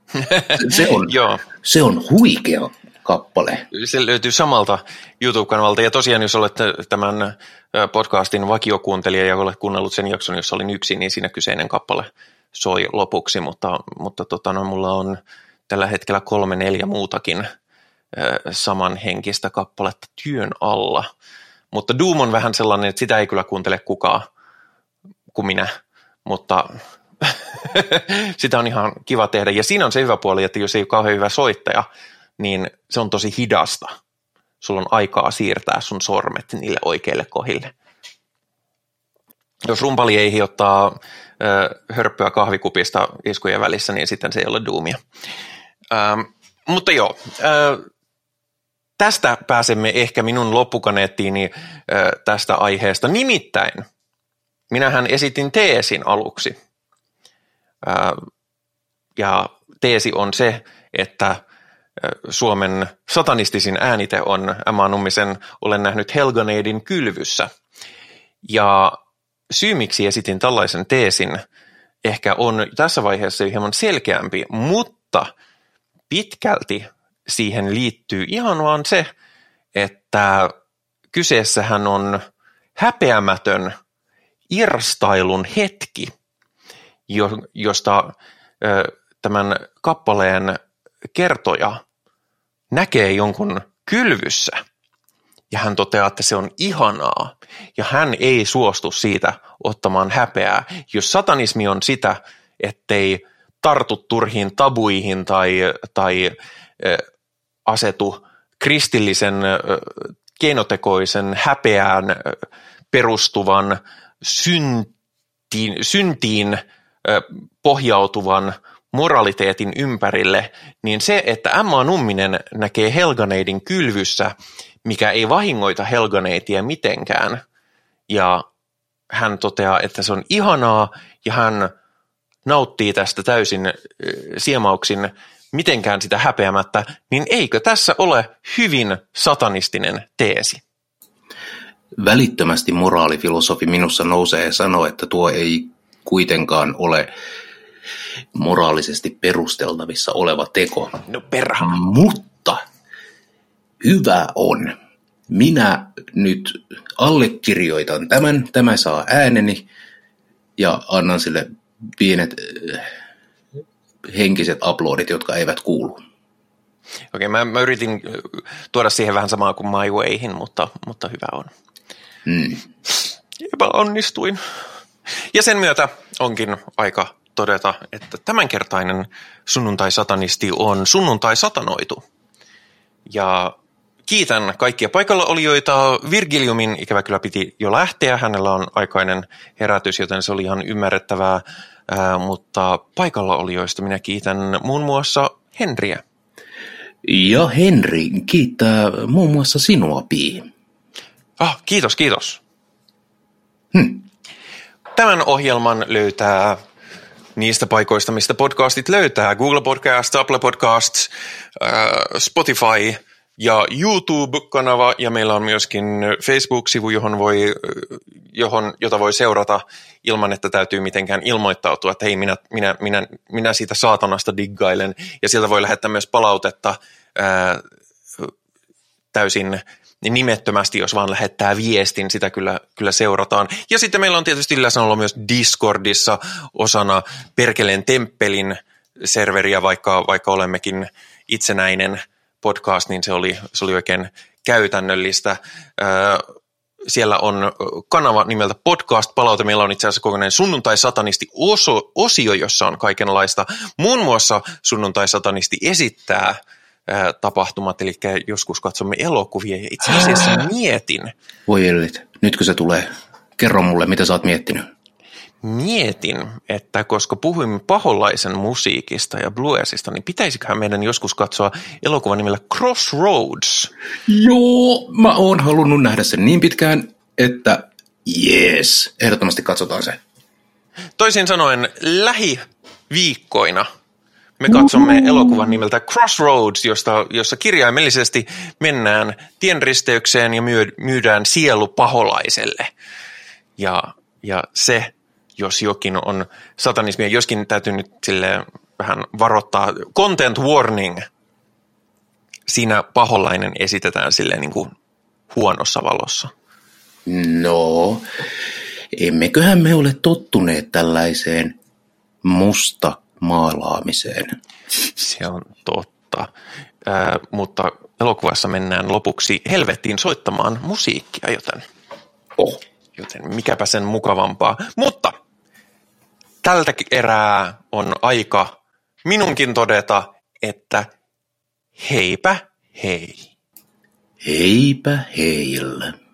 Se on huikea kappale. Se löytyy samalta YouTube-kanavalta, ja tosiaan jos olette tämän podcastin vakiokuuntelija ja olet kuunnellut sen jakson, jossa olin yksin, niin siinä kyseinen kappale soi lopuksi, mutta mulla on tällä hetkellä 3-4 muutakin samanhenkistä kappaletta työn alla, mutta Doom on vähän sellainen, että sitä ei kyllä kuuntele kukaan kuin minä, mutta sitä on ihan kiva tehdä, ja siinä on se hyvä puoli, että jos ei ole kauhean hyvä soittaja, niin se on tosi hidasta. Sulla on aikaa siirtää sun sormet niille oikeille kohdille. Jos rumpali ei hiottaa hörppyä kahvikupista iskujen välissä, niin sitten se ei ole Doomia. Mutta joo, tästä pääsemme ehkä minun loppukaneettiini tästä aiheesta. Nimittäin, minähän esitin teesin aluksi. Ja teesi on se, että Suomen satanistisin äänite on Emma Nummisen Olen nähnyt Helganeidin kylvyssä. Ja syy, miksi esitin tällaisen teesin, ehkä on tässä vaiheessa hieman selkeämpi, mutta pitkälti siihen liittyy ihan vaan se, että kyseessähän on häpeämätön irstailun hetki, josta tämän kappaleen kertoja näkee jonkun kylvyssä ja hän toteaa, että se on ihanaa ja hän ei suostu siitä ottamaan häpeää. Jos satanismi on sitä, ettei tartu turhiin tabuihin tai asetu kristillisen keinotekoisen häpeään perustuvan syntiin pohjautuvan moraliteetin ympärille, niin se, että Emma Numminen näkee Helganeidin kylvyssä, mikä ei vahingoita Helganeitia mitenkään, ja hän toteaa, että se on ihanaa, ja hän nauttii tästä täysin siemauksin mitenkään sitä häpeämättä, niin eikö tässä ole hyvin satanistinen teesi? Välittömästi moraalifilosofi minussa nousee ja sanoo, että tuo ei kuitenkaan ole moraalisesti perusteltavissa oleva teko. No perhana. Mutta hyvä on. Minä nyt allekirjoitan tämän. Tämä saa ääneni ja annan sille pienet henkiset aplodit, jotka eivät kuulu. Okei, mä yritin tuoda siihen vähän samaa kuin My Wayhin, mutta hyvä on. Epäonnistuin. Ja sen myötä onkin aika todeta, että tämänkertainen sunnuntai-satanisti on sunnuntai-satanoitu. Ja kiitän kaikkia paikallaolijoita. Virgiliumin ikävä kyllä piti jo lähteä. Hänellä on aikainen herätys, joten se oli ihan ymmärrettävää. Mutta paikallaolijoista minä kiitän muun muassa Henriä. Ja Henri kiittää muun muassa sinua, Pi. Kiitos. Tämän ohjelman löytää niistä paikoista, mistä podcastit löytää. Google Podcasts, Apple Podcasts, Spotify ja YouTube-kanava. Ja meillä on myöskin Facebook-sivu, jota voi seurata ilman, että täytyy mitenkään ilmoittautua, että hei, minä siitä saatanasta diggailen. Ja sieltä voi lähettää myös palautetta täysin nimettömästi, jos vaan lähettää viestin, sitä kyllä seurataan. Ja sitten meillä on tietysti läsnäolo myös Discordissa osana Perkeleen temppelin serveriä, vaikka olemmekin itsenäinen podcast, niin se oli oikein käytännöllistä. Siellä on kanava nimeltä Podcast-palaute. Meillä on itse asiassa kokonainen sunnuntai-satanisti-osio, jossa on kaikenlaista. Muun muassa sunnuntai-satanisti esittää tapahtumat, eli joskus katsomme elokuvia ja itse asiassa mietin. Voi ellit, nytkö se tulee? Kerro mulle, mitä sä oot miettinyt? Mietin, että koska puhuimme Paholaisen musiikista ja bluesista, niin pitäisiköhän meidän joskus katsoa elokuvan nimellä Crossroads? Joo, mä oon halunnut nähdä sen niin pitkään, että jees, ehdottomasti katsotaan se. Toisin sanoen lähiviikkoina me katsomme elokuvan nimeltä Crossroads, jossa kirjaimellisesti mennään tienristeykseen ja myydään sielu paholaiselle. Ja se, jos jokin on satanismia, joskin täytyy nyt silleen vähän varoittaa, content warning, siinä paholainen esitetään silleen niin kuin huonossa valossa. No, emmeköhän me ole tottuneet tällaiseen musta maalaamiseen. Se on totta, mutta elokuvassa mennään lopuksi helvettiin soittamaan musiikkia, joten mikäpä sen mukavampaa. Mutta tältä erää on aika minunkin todeta, että heipä hei. Heipä heille.